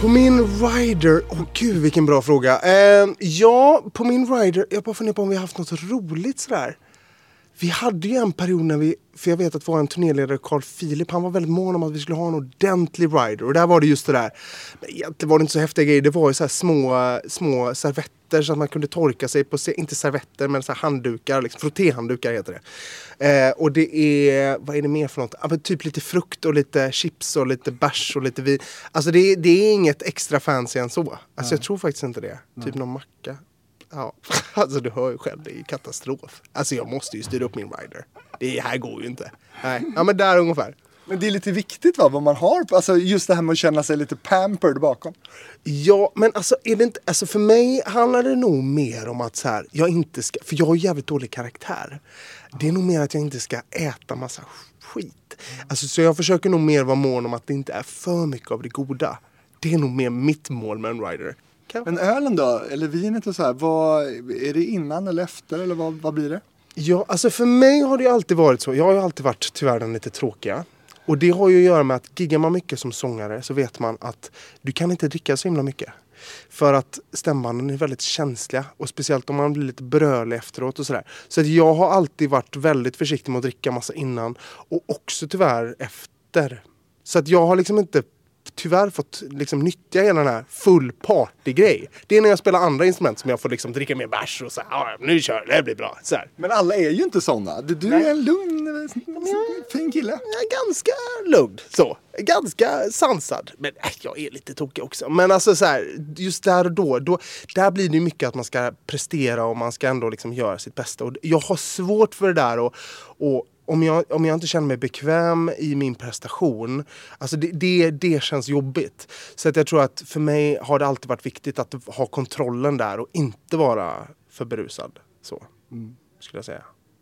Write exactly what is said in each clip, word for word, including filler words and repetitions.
På min rider, åh oh, gud vilken bra fråga. Eh, ja, på min rider, jag bara funderar på om vi har haft något roligt sådär. Vi hade ju en period när vi, för jag vet att vår turnéledare Carl Philip, han var väldigt mån om att vi skulle ha en ordentlig rider. Och där var det just det där, men egentligen var det inte så häftiga grejer. Det var ju så här små, små servetter så att man kunde torka sig på, inte servetter men så här handdukar, liksom, frottéhanddukar heter det. Eh, och det är, vad är det mer för något? Ah, typ lite frukt och lite chips och lite bärs och lite vin. Alltså det, det är inget extra fancy än så. Alltså Nej. Jag tror faktiskt inte det. Nej. Typ någon macka. Ja, alltså du hör ju själv, det är ju katastrof. Alltså jag måste ju styra upp min rider. Det här går ju inte. Nej, ja men där ungefär. Men det är lite viktigt va, vad man har. Alltså just det här med att känna sig lite pampered bakom. Ja, men alltså är det inte, alltså för mig handlar det nog mer om att så här, jag inte ska, för jag har ju jävligt dålig karaktär. Det är nog mer att jag inte ska äta massa skit. Alltså så jag försöker nog mer vara mån om att det inte är för mycket av det goda. Det är nog mer mitt mål med en rider. Men ölen då, eller vinet och så här, vad, är det innan eller efter eller vad, vad blir det? Ja, alltså för mig har det ju alltid varit så. Jag har ju alltid varit tyvärr den lite tråkiga. Och det har ju att göra med att giggar man mycket som sångare så vet man att du kan inte dricka så himla mycket. För att stämbanden är väldigt känsliga och speciellt om man blir lite brölig efteråt och sådär. Så att jag har alltid varit väldigt försiktig med att dricka massa innan och också tyvärr efter. Så att jag har liksom inte tyvärr fått liksom nyttja hela den här full party-grej. Det är när jag spelar andra instrument som jag får liksom dricka mer bärs och så här, ja, nu kör det, blir bra. Så här. Men alla är ju inte sådana. Du, du är en lugn, fin kille. Jag är ganska lugn, så. Ganska sansad. Men äh, jag är lite tokig också. Men alltså så här, just där och då, då, där blir det ju mycket att man ska prestera och man ska ändå liksom göra sitt bästa. Och jag har svårt för det där och, och Om jag, om jag inte känner mig bekväm i min prestation, alltså det, det, det känns jobbigt. Så att jag tror att för mig har det alltid varit viktigt att ha kontrollen där och inte vara för berusad. Så, mm. skulle jag säga.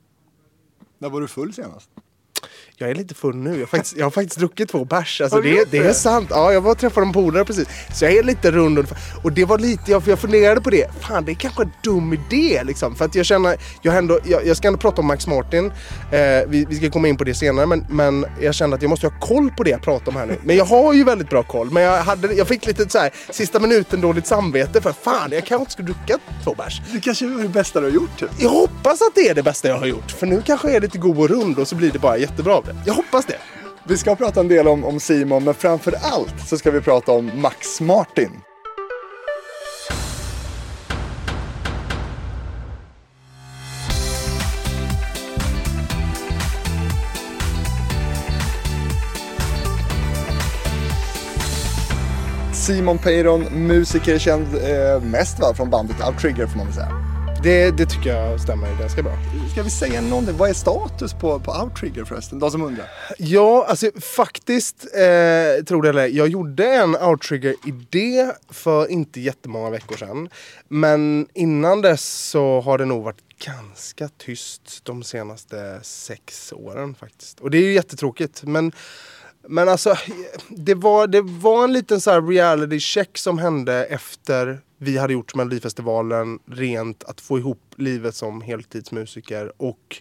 När var du full senast? Jag är lite full nu. Jag har faktiskt, jag har faktiskt druckit två bärs. Alltså det, det är sant. Ja, jag var och träffade en polare precis. Så jag är lite rund. Och, och det var lite, jag, jag funderade på det. Fan, det är kanske en dum idé liksom. För att jag känner, jag, ändå, jag, jag ska ändå prata om Max Martin. Eh, vi, vi ska komma in på det senare. Men, men jag kände att jag måste ha koll på det jag pratar om här nu. Men jag har ju väldigt bra koll. Men jag, hade, jag fick lite så här, sista minuten dåligt samvete. För fan, jag kanske inte skulle dricka två bärs. Det kanske är det bästa du har gjort typ. Jag hoppas att det är det bästa jag har gjort. För nu kanske jag är lite god och rund och så blir det bara jättebra av det. Jag hoppas det. Vi ska prata en del om, om Simon, men framför allt så ska vi prata om Max Martin. Simon Peyron, musiker, känd eh, mest va, från bandet Outrigger får man väl säga. Det, det tycker jag stämmer ganska bra. Ska vi säga någonting? Vad är status på, på Outrigger förresten? De som undrar. Ja, alltså faktiskt eh, tror det eller jag gjorde en Outrigger-idé för inte jättemånga veckor sedan. Men innan dess så har det nog varit ganska tyst de senaste sex åren faktiskt. Och det är ju jättetråkigt, men Men alltså, det var, det var en liten så här reality check som hände efter vi hade gjort Melodifestivalen, rent att få ihop livet som heltidsmusiker och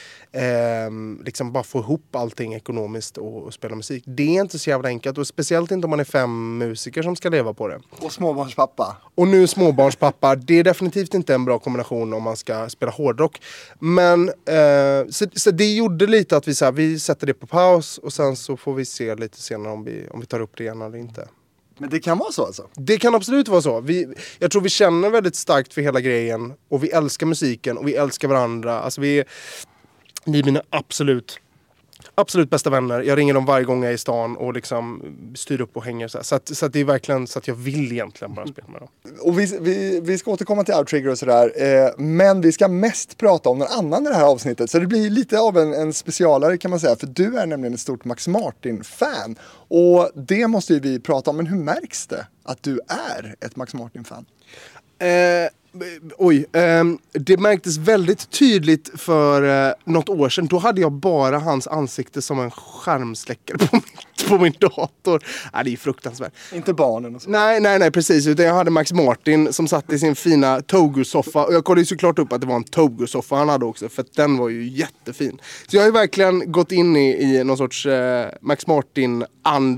eh, liksom bara få ihop allting ekonomiskt och, och spela musik. Det är inte så jävla enkelt och speciellt inte om man är fem musiker som ska leva på det. Och småbarnspappa. Och nu småbarnspappa, det är definitivt inte en bra kombination om man ska spela hårdrock. Men eh, så, så det gjorde lite att vi, så här, vi sätter det på paus och sen så får vi se lite senare om vi, om vi tar upp det igen eller inte. Men det kan vara så alltså? Det kan absolut vara så. Vi, jag tror vi känner väldigt starkt för hela grejen och vi älskar musiken och vi älskar varandra. Alltså vi, ni är mina absolut absolut bästa vänner. Jag ringer dem varje gång jag är i stan och liksom styr upp och hänger så här. Så, att, så att det är verkligen så att jag vill egentligen bara spela med dem. Och vi, vi, vi ska återkomma till Outrigger och sådär. Eh, men vi ska mest prata om någon annan i det här avsnittet. Så det blir lite av en, en specialare kan man säga. För du är nämligen ett stort Max Martin-fan. Och det måste ju vi prata om. Men hur märks det att du är ett Max Martin-fan? Eh... Oj, eh, det märktes väldigt tydligt för eh, något år sedan. Då hade jag bara hans ansikte som en skärmsläckare på min, på min dator. Ja, det är fruktansvärt. Inte barnen och så. Nej, nej, nej, precis. Utan jag hade Max Martin som satt i sin fina Togu-soffa. Och jag kollade ju såklart upp att det var en Togu-soffa han hade också. För att den var ju jättefin. Så jag har ju verkligen gått in i, i någon sorts eh, Max Martin-anda.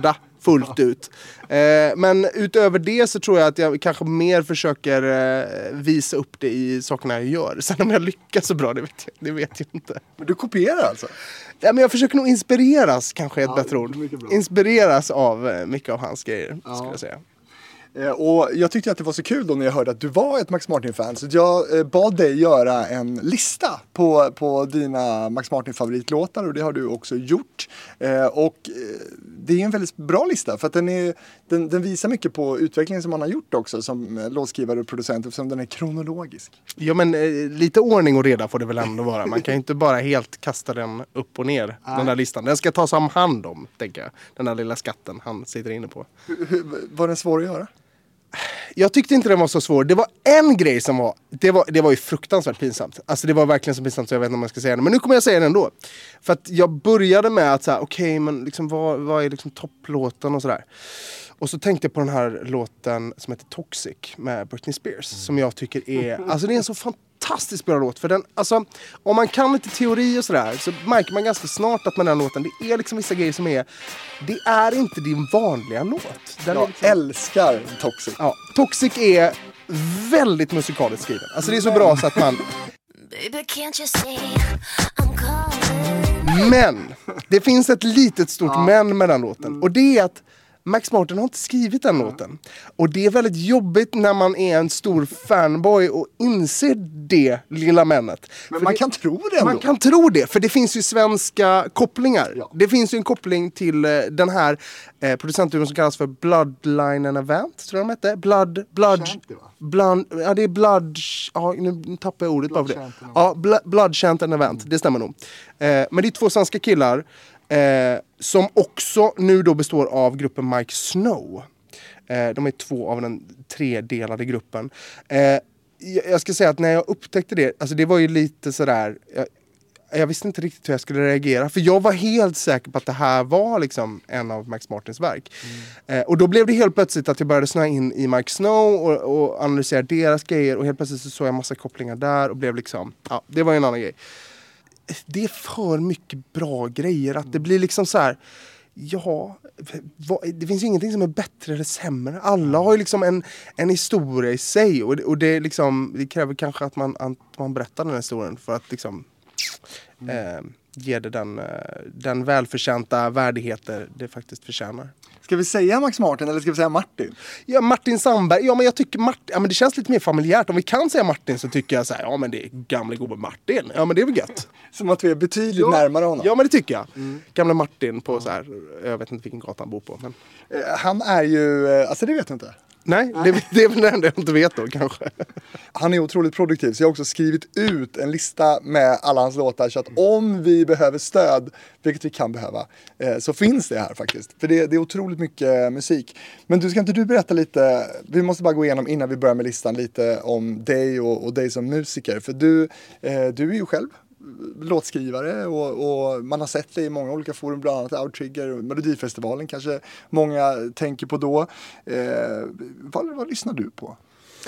fullt ut. Eh, men utöver det så tror jag att jag kanske mer försöker eh, visa upp det i sakerna jag gör. Sen om jag lyckas så bra, det vet jag, det vet jag inte. Men du kopierar alltså? Ja, men jag försöker nog inspireras, kanske är ett ja, bättre ord. Inspireras av eh, mycket av hans grejer, ja. skulle jag säga. Eh, och jag tyckte att det var så kul då när jag hörde att du var ett Max Martin-fan. Så jag eh, bad dig göra en lista på, på dina Max Martin-favoritlåtar. Och det har du också gjort. Eh, och eh, det är en väldigt bra lista. För att den, är, den, den visar mycket på utvecklingen som man har gjort också. Som eh, låtskrivare och producent. Eftersom den är kronologisk. Ja, men eh, lite ordning och reda får det väl ändå vara. Man kan ju inte bara helt kasta den upp och ner. Nej. Den där listan. Den ska tas om hand om, tänker jag. Den där lilla skatten han sitter inne på. Hur, hur, var den svår att göra? Jag tyckte inte den var så svår. Det var en grej som var, det var, det var ju fruktansvärt pinsamt. Alltså det var verkligen så pinsamt så jag vet inte om man ska säga det. Men nu kommer jag säga det ändå. För att jag började med att säga, okej, okay, men liksom, vad, vad är liksom topplåten och sådär. Och så tänkte jag på den här låten som heter Toxic med Britney Spears. Mm. Som jag tycker är, alltså det är en så fantastiskt bra låt. För den, alltså, om man kan lite teori och sådär så märker man ganska snart att med den låten, det är liksom vissa grejer som är, det är inte din vanliga låt. Den jag liksom, älskar Toxic. Ja, Toxic är väldigt musikaliskt skriven. Alltså det är så bra så att man... Baby, can't you see I'm calling? Men det finns ett litet stort ja. men med den låten. Och det är att Max Martin har inte skrivit den låten. Och det är väldigt jobbigt när man är en stor fanboy och inser det lilla männet. Men för man det, kan tro det ändå. Man kan tro det, för det finns ju svenska kopplingar. Ja. Det finns ju en koppling till uh, den här uh, producentduon som kallas för Bloodline and Event, tror jag de hette. Blood, Blood, Shanty, Blood, ja det är Blood, ja nu tappar jag ordet bara för det. Ja, Blood, Blood Shanty and Event, mm. det stämmer nog. Uh, men det är två svenska killar. Eh, som också nu då består av gruppen Mike Snow. Eh, de är två av den tredelade gruppen. Eh, jag, jag ska säga att när jag upptäckte det, alltså det var ju lite sådär, jag, jag visste inte riktigt hur jag skulle reagera. För jag var helt säker på att det här var liksom en av Max Martins verk. Mm. Eh, och då blev det helt plötsligt att jag började snöa in i Mike Snow och, och analysera deras grejer. Och helt plötsligt så såg jag massa kopplingar där och blev liksom, ja det var en annan grej. Det är för mycket bra grejer att det blir liksom så här, ja, det finns ju ingenting som är bättre eller sämre. Alla har ju liksom en, en historia i sig och, och det, liksom, det kräver kanske att man, att man berättar den historien för att liksom mm. eh, ge det den, den välförtjänta värdigheter det faktiskt förtjänar. Ska vi säga Max Martin eller ska vi säga Martin? Ja, Martin Sandberg. Ja, men jag tycker Martin, ja, men det känns lite mer familjärt. Om vi kan säga Martin så tycker jag så här, ja men det är gamla gode Martin. Ja, men det är väl gött. Som att vi är betydligt ja. närmare honom. Ja, men det tycker jag. Mm. Gamla Martin på så här, jag vet inte vilken gata han bor på. Men... Han är ju, alltså det vet jag inte. Nej, det, det är väl det enda jag inte vet då kanske. Han är otroligt produktiv så jag har också skrivit ut en lista med alla hans låtar så att om vi behöver stöd, vilket vi kan behöva, så finns det här faktiskt. För det, det är otroligt mycket musik. Men du, ska inte du berätta lite, vi måste bara gå igenom innan vi börjar med listan lite om dig och, och dig som musiker. För du, eh, du är ju själv låtskrivare och, och man har sett det i många olika forum, bland annat Outrigger och Melodifestivalen kanske många tänker på då. Eh, vad, vad lyssnar du på?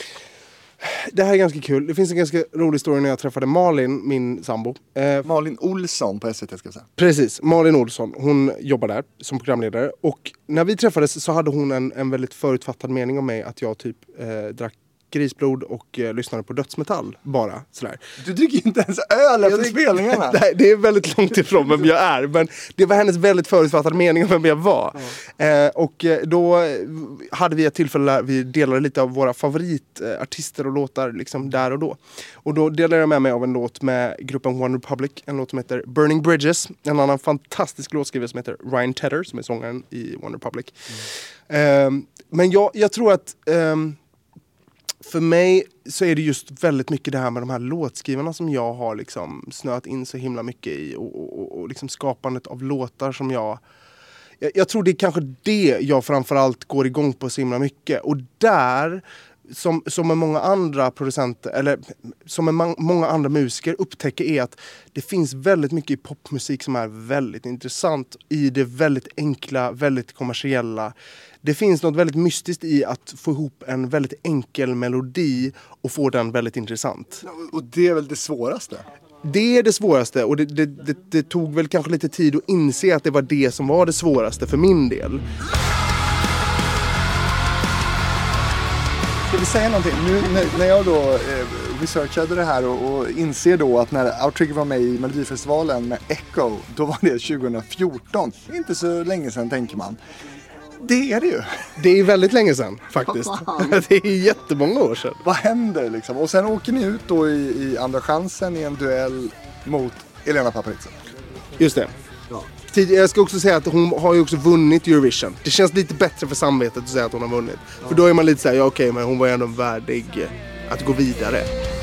Det här är ganska kul. Det finns en ganska rolig historia när jag träffade Malin, min sambo. Eh, Malin Olsson på S V T ska jag säga. Precis, Malin Olsson. Hon jobbar där som programledare. Och när vi träffades så hade hon en, en väldigt förutfattad mening om mig att jag typ eh, drack grisblod och eh, lyssnade på dödsmetall bara sådär. Du dricker inte ens öl efter spelningarna. Nej, det är väldigt långt ifrån vem jag är, men det var hennes väldigt förutfattade mening om vem jag var. Mm. Eh, och då hade vi ett tillfälle där vi delade lite av våra favoritartister och låtar liksom där och då. Och då delade jag med mig av en låt med gruppen One Republic, en låt som heter Burning Bridges, en annan fantastisk låtskrivare som heter Ryan Tedder som är sångaren i One Republic. Mm. Eh, men jag, jag tror att eh, för mig så är det just väldigt mycket det här med de här låtskrivarna som jag har liksom snöat in så himla mycket i och, och, och, och liksom skapandet av låtar som jag, jag... Jag tror det är kanske det jag framförallt går igång på så himla mycket. Och där, som, som med många andra producenter, eller som med man, många andra musiker upptäcker är att det finns väldigt mycket i popmusik som är väldigt intressant i det väldigt enkla, väldigt kommersiella. Det finns något väldigt mystiskt i att få ihop en väldigt enkel melodi och få den väldigt intressant. Och det är väl det svåraste? Det är det svåraste och det, det, det, det tog väl kanske lite tid att inse att det var det som var det svåraste för min del. Ska vi säga någonting? Nu när, när jag då eh, researchade det här och, och inser då att när Outrigger var med i Melodifestivalen med Echo, då var det tjugo fjorton. Det är inte så länge sedan, tänker man. Det är det ju. Det är väldigt länge sedan faktiskt. Det är jättemånga år sedan. Vad händer liksom? Och sen åker ni ut då i, i Andra chansen i en duell mot Elena Paparizou. Just det. Ja. Jag ska också säga att hon har ju också vunnit Eurovision. Det känns lite bättre för samvetet att säga att hon har vunnit. Ja. För då är man lite så här, ja okej, men hon var ändå värdig att gå vidare.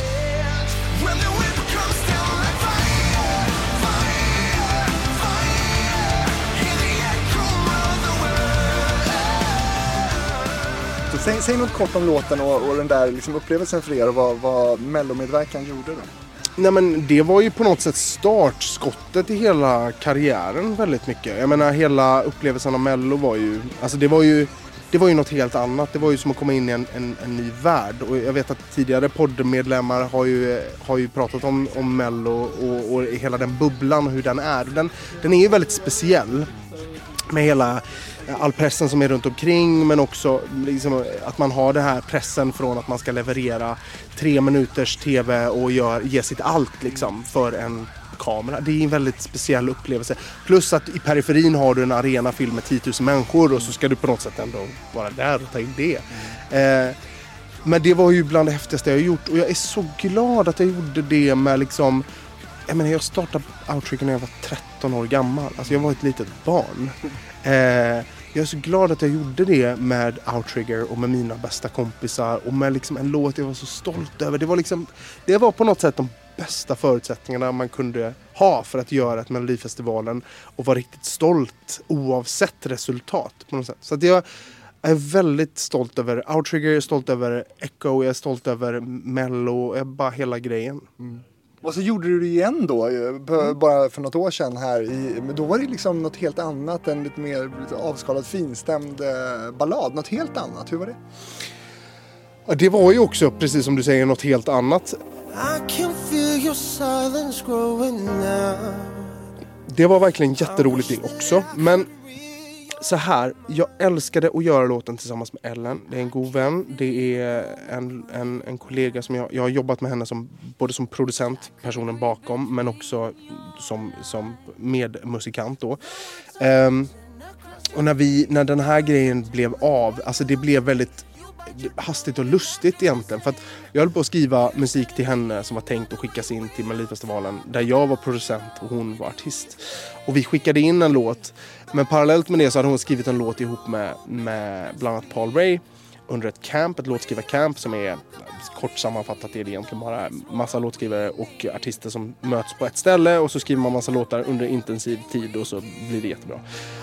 Så säg, säg något kort om låten och, och den där liksom upplevelsen för er och vad, vad Mellomedverkan gjorde då. Nej, men det var ju på något sätt startskottet i hela karriären väldigt mycket. Jag menar, hela upplevelsen av Mello var ju, alltså det var ju, det var ju något helt annat. Det var ju som att komma in i en, en, en ny värld. Och jag vet att tidigare poddmedlemmar har ju, har ju pratat om, om Mello och, och hela den bubblan och hur den är. Den, den är ju väldigt speciell med hela all pressen som är runt omkring, men också liksom att man har det här pressen från att man ska leverera tre minuters tv och gör, ge sitt allt liksom för en kamera. Det är en väldigt speciell upplevelse. Plus att i periferin har du en arena fylld med tio tusen människor och så ska du på något sätt ändå vara där och ta in det. Mm. Eh, men det var ju bland det häftigaste jag har gjort och jag är så glad att jag gjorde det med liksom, jag menar jag startade Outrigger när jag var tretton år gammal. Alltså jag var ett litet barn. Eh, jag är så glad att jag gjorde det med Outrigger och med mina bästa kompisar och med liksom en låt jag var så stolt över. Det var liksom, det var på något sätt de bästa förutsättningarna man kunde ha för att göra ett Melodifestivalen och vara riktigt stolt oavsett resultat på något sätt. Så att jag är väldigt stolt över Outrigger, jag är stolt över Echo, jag är stolt över Mello, jag bara hela grejen. Mm. Och så gjorde du det igen då, bara för något år sedan här. I, men då var det liksom något helt annat, en lite mer lite avskalad finstämd ballad. Något helt annat, hur var det? Ja, det var ju också, precis som du säger, något helt annat. Det var verkligen jätteroligt det också, men så här, jag älskade att göra låten tillsammans med Ellen. Det är en god vän. Det är en, en, en kollega som jag, jag har jobbat med henne som, både som producent, personen bakom, men också som, som medmusikant då. Um, och när, vi, när den här grejen blev av, alltså det blev väldigt hastigt och lustigt egentligen. För att jag höll på att skriva musik till henne som var tänkt att skickas in till Melodifestivalen, där jag var producent och hon var artist. Och vi skickade in en låt, men parallellt med det så hade hon skrivit en låt ihop med, med bland annat Paul Ray under ett camp, ett låtskrivarcamp som är kort sammanfattat, är det egentligen bara massa låtskrivare och artister som möts på ett ställe och så skriver man massa låtar under intensiv tid och så blir det jättebra.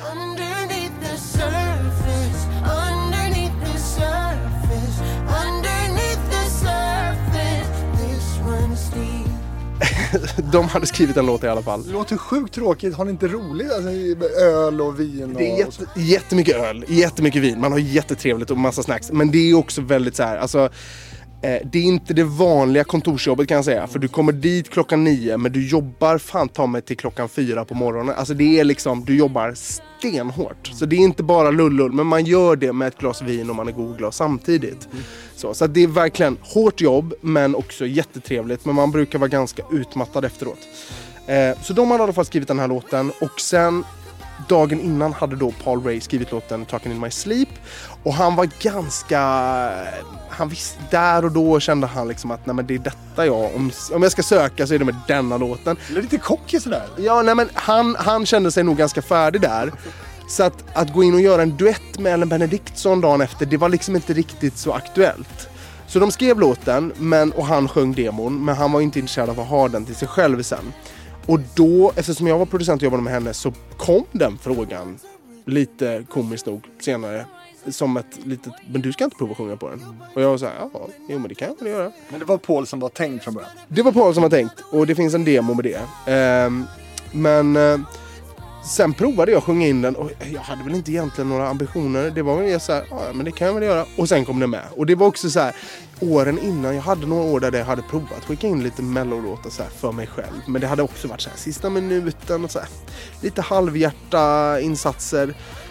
De hade skrivit en låt i alla fall. Det låter sjukt tråkigt. Har ni inte roligt? Alltså, öl och vin och... Det är jätte, jättemycket öl, jättemycket vin. Man har jättetrevligt och massa snacks. Men det är också väldigt så här, alltså... Eh, det är inte det vanliga kontorsjobbet kan jag säga. För du kommer dit klockan nio, men du jobbar fan ta mig till klockan fyra på morgonen. Alltså det är liksom, du jobbar stenhårt. Så det är inte bara lullull, men man gör det med ett glas vin och man är god glas samtidigt. Mm. Så, så det är verkligen hårt jobb, men också jättetrevligt. Men man brukar vara ganska utmattad efteråt. Eh, så de hade i alla fall skrivit den här låten. Och sen dagen innan hade då Paul Ray skrivit låten Talking in my sleep. Och han var ganska... Han visste, där och då kände han liksom att nej, men det är detta jag... Om, om jag ska söka så är det med denna låten. Det är lite cocky sådär. Ja, nej men han, han kände sig nog ganska färdig där. Så att, att gå in och göra en duett med Ellen Benediktsson dagen efter, det var liksom inte riktigt så aktuellt. Så de skrev låten, men, och han sjöng demon, men han var inte intresserad av att ha den till sig själv sen. Och då, eftersom jag var producent och jobbade med henne, så kom den frågan lite komiskt nog senare. Som ett litet, men du ska inte prova sjunga på den. Och jag var så här, ja, jo men det kan jag väl göra. Men det var Paul som var tänkt från början? Det var Paul som var tänkt, och det finns en demo med det. Um, men uh, sen provade jag att sjunga in den, och jag hade väl inte egentligen några ambitioner. Det var väl så här, ja men det kan jag väl göra. Och sen kom det med. Och det var också så här, åren innan, jag hade några år där jag hade provat att skicka in lite mellolåtar så här för mig själv. Men det hade också varit så här, sista minuten och så här, lite halvhjärta insatser.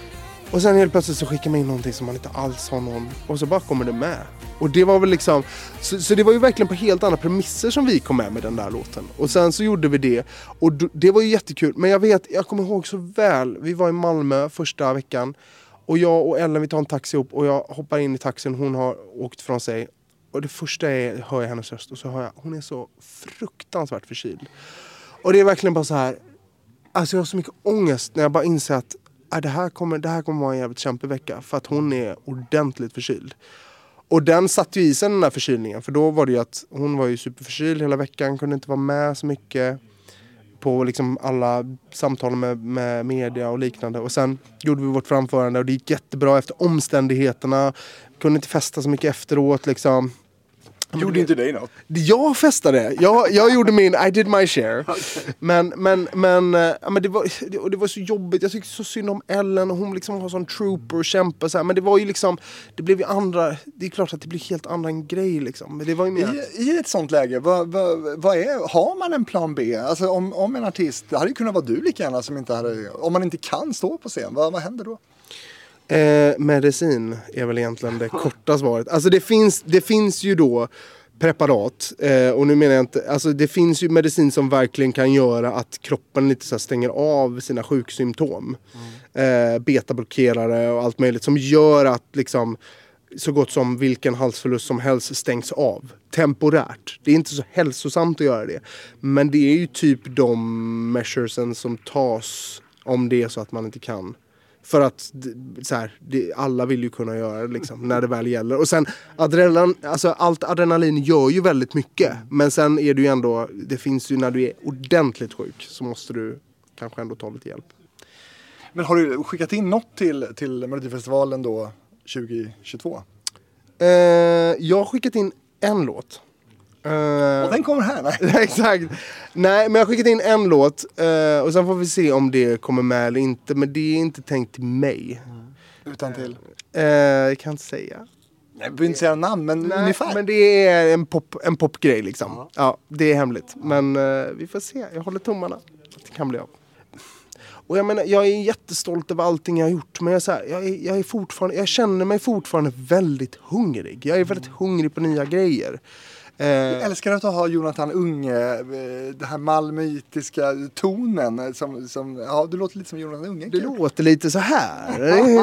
Och sen helt plötsligt så skickar man in någonting som man inte alls har någon. Och så bara kommer det med. Och det var väl liksom... Så, så det var ju verkligen på helt andra premisser som vi kom med med den där låten. Och sen så gjorde vi det. Och d- det var ju jättekul. Men jag vet, jag kommer ihåg så väl. Vi var i Malmö första veckan. Och jag och Ellen, vi tar en taxi upp. Och jag hoppar in i taxin. Hon har åkt från sig. Och det första är, hör jag hennes röst. Och så hör jag, hon är så fruktansvärt förkyld. Och det är verkligen bara så här... Alltså jag har så mycket ångest när jag bara inser att äh, det, här kommer, det här kommer vara en jävligt kämpevecka. För att hon är ordentligt förkyld. Och den satt ju i sig den där förkylningen. För då var det ju att hon var ju superförkyld hela veckan. Kunde inte vara med så mycket på liksom alla samtal med, med media och liknande. Och sen gjorde vi vårt framförande och det gick jättebra efter omständigheterna. Kunde inte festa så mycket efteråt liksom. Gjorde inte dig något? Jag festade. Jag, jag gjorde min, I did my share. Okay. Men, men, men, ja, men det, var, det, det var så jobbigt. Jag tyckte så synd om Ellen och hon liksom var sån trooper och kämpa så här. Men det var ju liksom, det blev ju andra, det är klart att det blir helt andra en grej liksom. Men det var ju mer... I, I ett sånt läge, vad, vad, vad är, har man en plan B? Alltså om, om en artist, det hade ju kunnat vara du lika gärna som inte hade, om man inte kan stå på scen, vad, vad händer då? Eh, medicin är väl egentligen det korta svaret. Alltså det finns, det finns ju då preparat eh, och nu menar jag inte, alltså det finns ju medicin som verkligen kan göra att kroppen lite så här stänger av sina sjuksymptom. Mm. Eh, betablockerare och allt möjligt som gör att liksom så gott som vilken halsförlust som helst stängs av temporärt. Det är inte så hälsosamt att göra det. Men det är ju typ de measuresen som tas om det är så att man inte kan. För att så här, det, alla vill ju kunna göra det liksom, när det väl gäller. Och sen adrenalin, alltså allt adrenalin gör ju väldigt mycket. Men sen är det ju ändå, det finns ju när du är ordentligt sjuk så måste du kanske ändå ta lite hjälp. Men har du skickat in något till, till Melodifestivalen då tjugo tjugotvå? Eh, jag har skickat in en låt. Uh, och den kommer här, nej? Exakt. Nej, men jag har skickat in en låt uh, och sen får vi se om det kommer med eller inte. Men det är inte tänkt till mig. Mm. Utan till? Uh, jag kan inte säga. Nej, jag behöver inte säga namn, men nej, ungefär. Men det är en pop, en popgrej liksom. Uh-huh. Ja, det är hemligt. Men uh, vi får se. Jag håller tummarna. Det kan bli av. Och jag menar, jag är jättestolt över allting jag har gjort. Men jag, är så här, jag, är, jag, är fortfarande, jag känner mig fortfarande väldigt hungrig. Jag är väldigt mm. hungrig på nya grejer. Jag älskar att ha Jonathan Unge, den här malmöitiska tonen som, som, ja, du låter lite som Jonathan Unge. Det låter lite så här.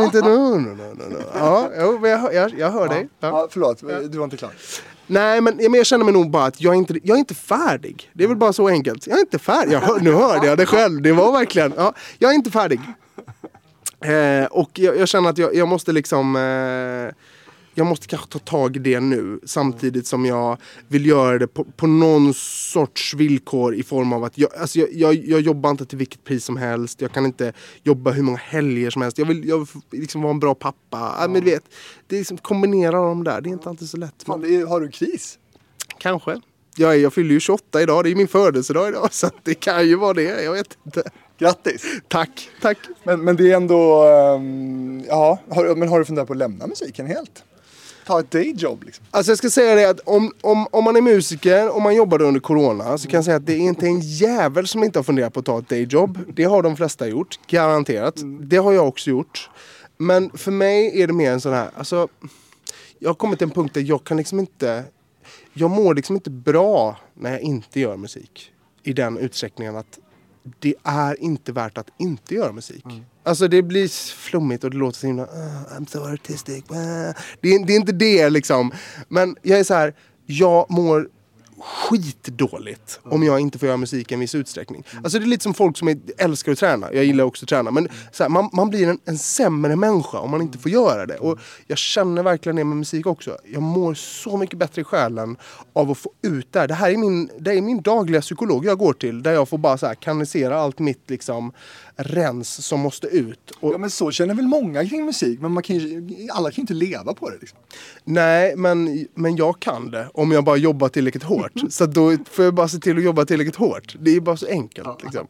Ja, jag, jag, jag hör dig. Ja. Ja, förlåt, du var inte klar. Nej, men, men jag känner mig nog bara att jag är inte, jag är inte färdig. Det är väl bara så enkelt. Jag är inte färdig. Jag hör, nu hörde jag det själv. Det var verkligen, ja, jag är inte färdig. Eh, och jag, jag känner att jag, jag måste liksom... Eh, Jag måste kanske ta tag i det nu samtidigt som jag vill göra det på, på någon sorts villkor i form av att jag, alltså jag, jag, jag jobbar inte till vilket pris som helst. Jag kan inte jobba hur många helger som helst. Jag vill, jag vill liksom vara en bra pappa. Ja. Men du vet, det är liksom kombinera dem där. Det är inte alltid så lätt. Fan, det är, har du kris? Kanske. Jag, jag fyller ju tjugoåtta idag. Det är min födelsedag idag. Så det kan ju vara det. Jag vet inte. Grattis! Tack, tack. Men, men det är ändå... Um, ja, har, men har du funderat på att lämna musiken helt? Ta ett dayjob liksom. Alltså jag ska säga det att om, om, om man är musiker och man jobbar under corona så kan jag säga att det är inte en jävel som inte har funderat på att ta ett dayjob. Det har de flesta gjort, garanterat. Mm. Det har jag också gjort. Men för mig är det mer en sån här, alltså jag har kommit till en punkt där jag kan liksom inte, jag mår liksom inte bra när jag inte gör musik. I den utsträckningen att det är inte värt att inte göra musik. Mm. Alltså det blir flummigt och det låter så himla uh, I'm so artistic. Uh. Det, är, det är inte det liksom. Men jag är så här, jag mår skitdåligt mm. om jag inte får göra musik i en viss utsträckning. Mm. Alltså det är lite som folk som är, älskar att träna. Jag gillar också att träna. Men så här, man, man blir en, en sämre människa om man inte får göra det. Och jag känner verkligen det med musik också. Jag mår så mycket bättre i själen av att få ut det här. Det här är min, det är min dagliga psykolog jag går till. Där jag får bara så här kanalisera allt mitt liksom rens som måste ut. Och ja, men så känner väl många kring musik. Men man kan ju, alla kan ju inte leva på det liksom. Nej, men, men jag kan det. Om jag bara jobbar tillräckligt hårt. Så då får jag bara se till att jobba tillräckligt hårt. Det är bara så enkelt. Ja. Liksom.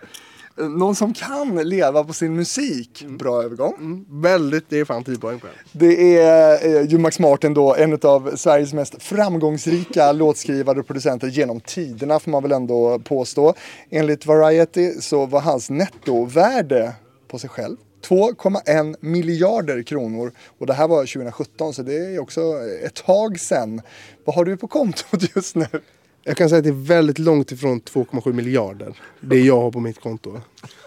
Någon som kan leva på sin musik. Mm. Bra övergång. Mm. Väldigt, det är fan tio poäng på det. Det är eh, ju Max Martin då, en av Sveriges mest framgångsrika låtskrivare och producenter genom tiderna får man väl ändå påstå. Enligt Variety så var hans nettovärde på sig själv två komma en miljarder kronor. Och det här var tjugo sjutton, så det är också ett tag sedan. Vad har du på kontot just nu? Jag kan säga att det är väldigt långt ifrån två komma sju miljarder. Det jag har på mitt konto.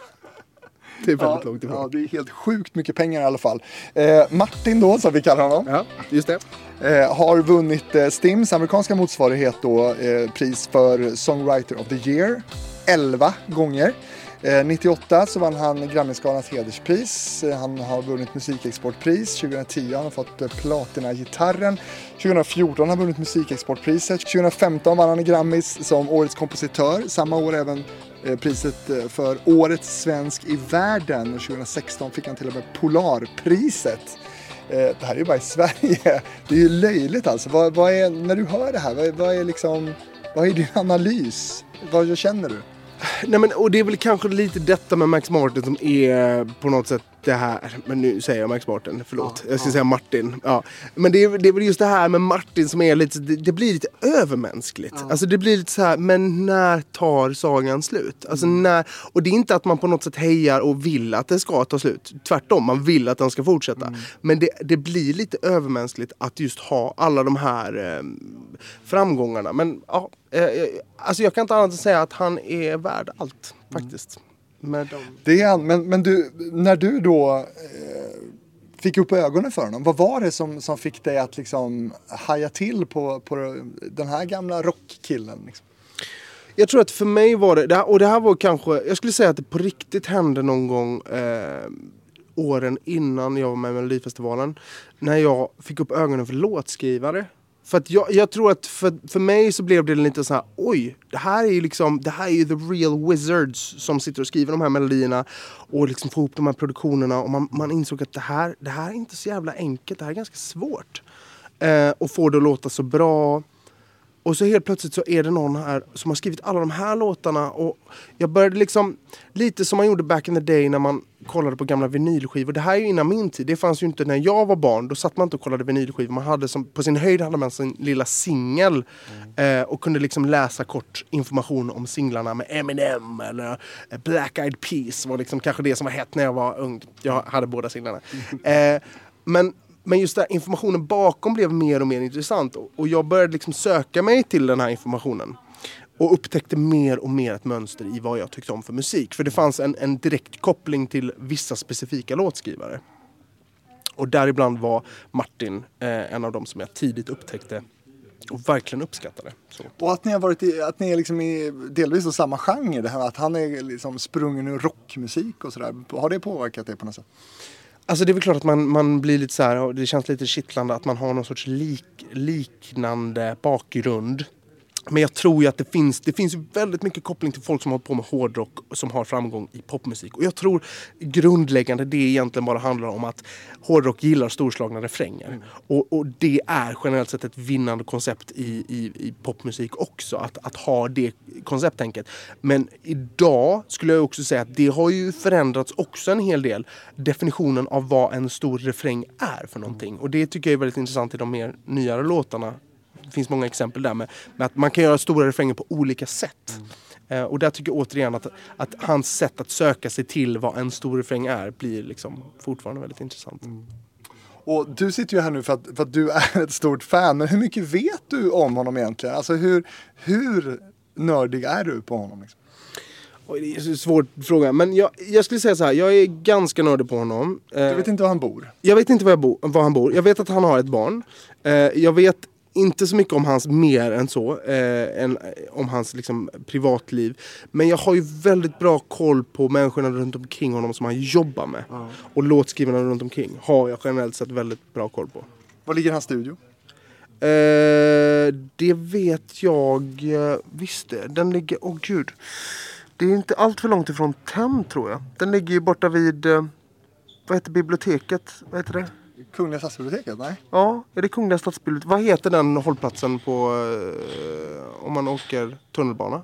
Det är väldigt ja, långt ifrån. Ja, det är helt sjukt mycket pengar i alla fall. Eh, Martin då, som vi kallar honom. Ja, just det. Eh, har vunnit eh, Stims amerikanska motsvarighet då, eh, pris för Songwriter of the Year elva gånger. Eh, nittioåtta så vann han Grammisgalans hederspris. Eh, han har vunnit musikexportpris. tjugohundratio han har fått eh, Platina-gitarren. tjugohundrafjorton har han vunnit musikexportpriset. tjugohundrafemton vann han i Grammis som årets kompositör. Samma år även eh, priset eh, för årets svensk i världen. Och tjugohundrasexton fick han till och med Polarpriset. Eh, det här är ju bara i Sverige. Det är ju löjligt alltså. Vad, vad är, när du hör det här, vad, vad är liksom, vad är din analys? Vad känner du? Nej, men, och det är väl kanske lite detta med Max Martin som är på något sätt det här, men nu säger jag Max Martin, förlåt, ja, jag ska ja. säga Martin. Ja. Men det är, det är väl just det här med Martin som är lite, det, det blir lite övermänskligt. Ja. Alltså det blir lite så här, men när tar sagan slut? Alltså mm. när, och det är inte att man på något sätt hejar och vill att det ska ta slut. Tvärtom, man vill att den ska fortsätta. Mm. Men det, det blir lite övermänskligt att just ha alla de här eh, framgångarna. Men ja, eh, alltså jag kan inte annat än säga att han är värd allt, faktiskt. Mm. Med dem. Det är han, men, men du, när du då eh, fick upp ögonen för honom, vad var det som, som fick dig att liksom haja till på, på den här gamla rockkillen? Liksom? Jag tror att för mig var det, det här, och det här var kanske, jag skulle säga att det på riktigt hände någon gång eh, åren innan jag var med i Melodifestivalen, när jag fick upp ögonen för låtskrivare. För att jag, jag tror att för, för mig så blev det lite så här, oj, det här är ju liksom, det här är ju the real wizards som sitter och skriver de här melodierna och liksom får ihop de här produktionerna, och man, man insåg att det här, det här är inte så jävla enkelt, det här är ganska svårt. Eh, och får det att låta så bra. Och så helt plötsligt så är det någon här som har skrivit alla de här låtarna, och jag började liksom, lite som man gjorde back in the day när man kollade på gamla vinylskivor. Det här är ju innan min tid, det fanns ju inte när jag var barn, då satt man inte och kollade vinylskivor. Man hade som, på sin höjd hade man sin lilla singel mm. eh, och kunde liksom läsa kort information om singlarna med Eminem eller Black Eyed Peas var liksom kanske det som var hett när jag var ung. Jag hade båda singlarna. Eh, men Men just där informationen bakom blev mer och mer intressant. Och jag började liksom söka mig till den här informationen. Och upptäckte mer och mer ett mönster i vad jag tyckte om för musik. För det fanns en, en direkt koppling till vissa specifika låtskrivare. Och däribland var Martin eh, en av dem som jag tidigt upptäckte och verkligen uppskattade. Så. Och att ni har varit i, att ni är liksom i delvis i samma genre. Det här, att han är liksom sprungen ur rockmusik och sådär. Har det påverkat det på något sätt? Alltså det är väl klart att man, man blir lite så här, det känns lite kittlande att man har någon sorts lik, liknande bakgrund. Men jag tror ju att det finns, det finns ju väldigt mycket koppling till folk som har hållit på med hårdrock som har framgång i popmusik. Och jag tror grundläggande det egentligen bara handlar om att hårdrock gillar storslagna refränger. Mm. Och, och det är generellt sett ett vinnande koncept i, i, i popmusik också, att, att ha det koncepttänket. Men idag skulle jag också säga att det har ju förändrats också en hel del, definitionen av vad en stor refräng är för någonting. Och det tycker jag är väldigt intressant i de mer nyare låtarna. Det finns många exempel där med, med att man kan göra stora refränger på olika sätt. Mm. Eh, och där tycker jag återigen att, att hans sätt att söka sig till vad en stor refräng är blir liksom fortfarande väldigt intressant. Mm. Och du sitter ju här nu för att, för att du är ett stort fan. Men hur mycket vet du om honom egentligen? Alltså hur, hur nördig är du på honom? Liksom? Oj, det är en svår fråga. Men jag, jag skulle säga så här, jag är ganska nördig på honom. Eh, du vet inte var han bor? Jag vet inte var, jag bo, var han bor. Jag vet att han har ett barn. Eh, jag vet inte så mycket om hans mer än så, eh, än om hans liksom, privatliv. Men jag har ju väldigt bra koll på människorna runt omkring honom som han jobbar med. Mm. Och låtskrivarna runt omkring har jag generellt sett väldigt bra koll på. Var ligger hans studio? Eh, det vet jag, visst det. Den ligger, åh oh, gud. Det är inte allt för långt ifrån Tem tror jag. Den ligger ju borta vid, vad heter biblioteket? Vad heter det? Kungliga stadsbiblioteket, nej? Ja, är det Kungliga stadsbiblioteket? Vad heter den hållplatsen på eh, om man åker tunnelbana?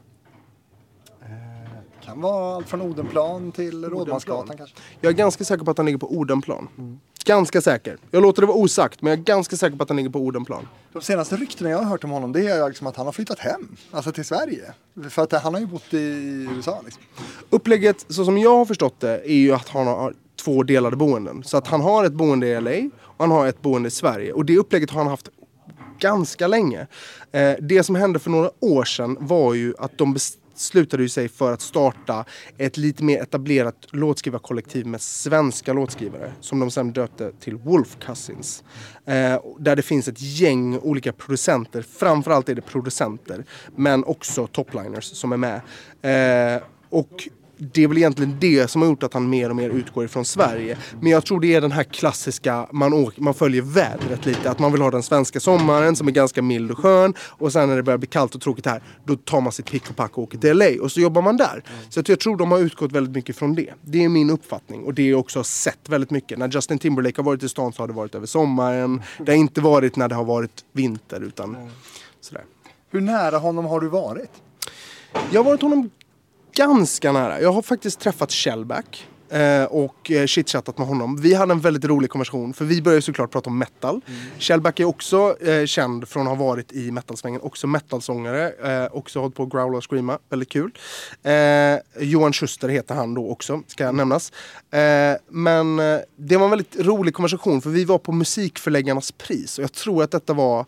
Eh, kan vara allt från Odenplan till Rådmansgatan kanske. Jag är ganska säker på att den ligger på Odenplan. Mm. Ganska säker. Jag låter det vara osagt, men jag är ganska säker på att den ligger på Odenplan. De senaste ryktena jag har hört om honom, det är liksom att han har flyttat hem. Alltså till Sverige. För att han har ju bott i U S A liksom. Upplägget, så som jag har förstått det, är ju att han har två delade boenden. Så att han har ett boende i L A och han har ett boende i Sverige. Och det upplägget har han haft ganska länge. Eh, det som hände för några år sedan var ju att de beslutade ju sig för att starta ett lite mer etablerat låtskrivarkollektiv med svenska låtskrivare som de sen döpte till Wolf Cousins. Eh, där det finns ett gäng olika producenter. Framförallt är det producenter men också topliners som är med. Eh, och det är väl egentligen det som har gjort att han mer och mer utgår ifrån Sverige. Men jag tror det är den här klassiska, man, åker, man följer vädret lite. Att man vill ha den svenska sommaren som är ganska mild och skön. Och sen när det börjar bli kallt och tråkigt här, då tar man sitt pick och pack och åker till L A. Och så jobbar man där. Mm. Så jag tror de har utgått väldigt mycket från det. Det är min uppfattning. Och det är också sett väldigt mycket. När Justin Timberlake har varit i stan så har det varit över sommaren. Det har inte varit när det har varit vinter utan mm. sådär. Hur nära honom har du varit? Jag har varit honom ganska nära. Jag har faktiskt träffat Shellback eh, och eh, chitchattat med honom. Vi hade en väldigt rolig konversation för vi började såklart prata om metal. Mm. Shellback är också eh, känd från att ha varit i metalsvängen. Också metalsångare. Eh, också hållit på att growla och screama. Väldigt kul. Eh, Johan Schuster heter han då också, ska nämnas. Eh, men eh, det var en väldigt rolig konversation för vi var på Musikförläggarnas pris och jag tror att detta var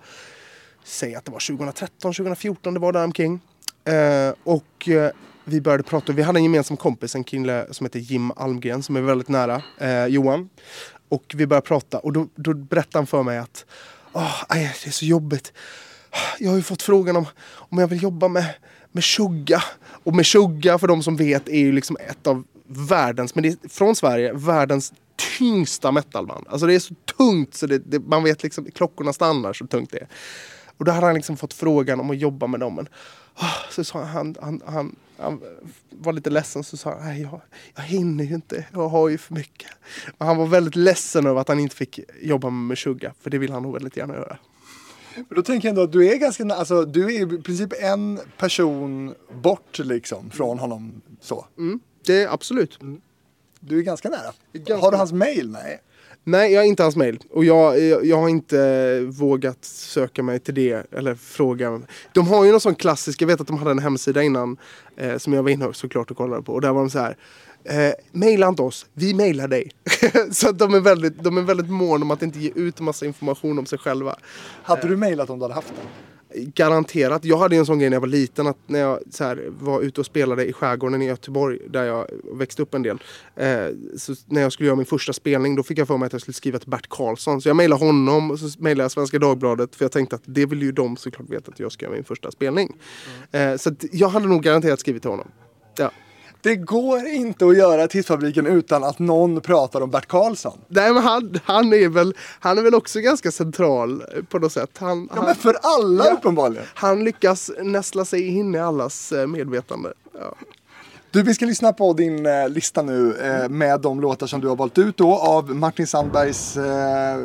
säg att det var tjugohundratretton tjugohundrafjorton det var där omkring. Eh, och eh, vi började prata, vi hade en gemensam kompis, en kille som heter Jim Almgren som är väldigt nära eh, Johan. Och vi började prata och då, då berättade han för mig att oh, aj, det är så jobbigt. Jag har ju fått frågan om, om jag vill jobba med, med Shugga. Och med Shugga, för de som vet, är ju liksom ett av världens, men det är från Sverige, världens tyngsta metalband. Alltså det är så tungt så det, det, man vet liksom, klockorna stannar så tungt det är. Och då hade han liksom fått frågan om att jobba med dem. Men, oh, så sa han, han, han, han var lite ledsen så sa han, nej jag, jag hinner ju inte, jag har ju för mycket. Och han var väldigt ledsen över att han inte fick jobba med Meshuggah, för det vill han nog väldigt gärna göra. Men då tänker jag ändå att du är ganska, alltså du är i princip en person bort liksom från honom så. Mm, det är absolut. Mm. Du är ganska nära. Ganska har du hans mail? Nej. Nej, jag har inte hans mail. Och jag, jag, jag har inte vågat söka mig till det. Eller fråga. De har ju någon sån klassisk, jag vet att de hade en hemsida innan. Eh, som jag var inne såklart och kollade på. Och där var de så här. Eh, maila inte oss, vi mailar dig. Så att de är väldigt, de är väldigt mån om att inte ge ut en massa information om sig själva. Hade du mailat om du hade haft den? Garanterat. Jag hade en sån grej när jag var liten att när jag så här, var ute och spelade i skärgården i Göteborg där jag växte upp en del. Eh, så när jag skulle göra min första spelning då fick jag för mig att jag skulle skriva till Bert Karlsson. Så jag mejlade honom och så mejlade jag Svenska Dagbladet för jag tänkte att det vill ju de såklart veta att jag ska göra min första spelning. Mm. Eh, så att jag hade nog garanterat skrivit till honom. Ja. Det går inte att göra Tidsfabriken utan att någon pratar om Bert Karlsson. Nej, men han, han, är väl, han är väl också ganska central på något sätt. Han, ja, han, men för alla ja, uppenbarligen. Han lyckas nästla sig in i allas medvetande. Ja. Du, vi ska lyssna på din eh, lista nu eh, med de låtar som du har valt ut då av Martin Sandbergs eh,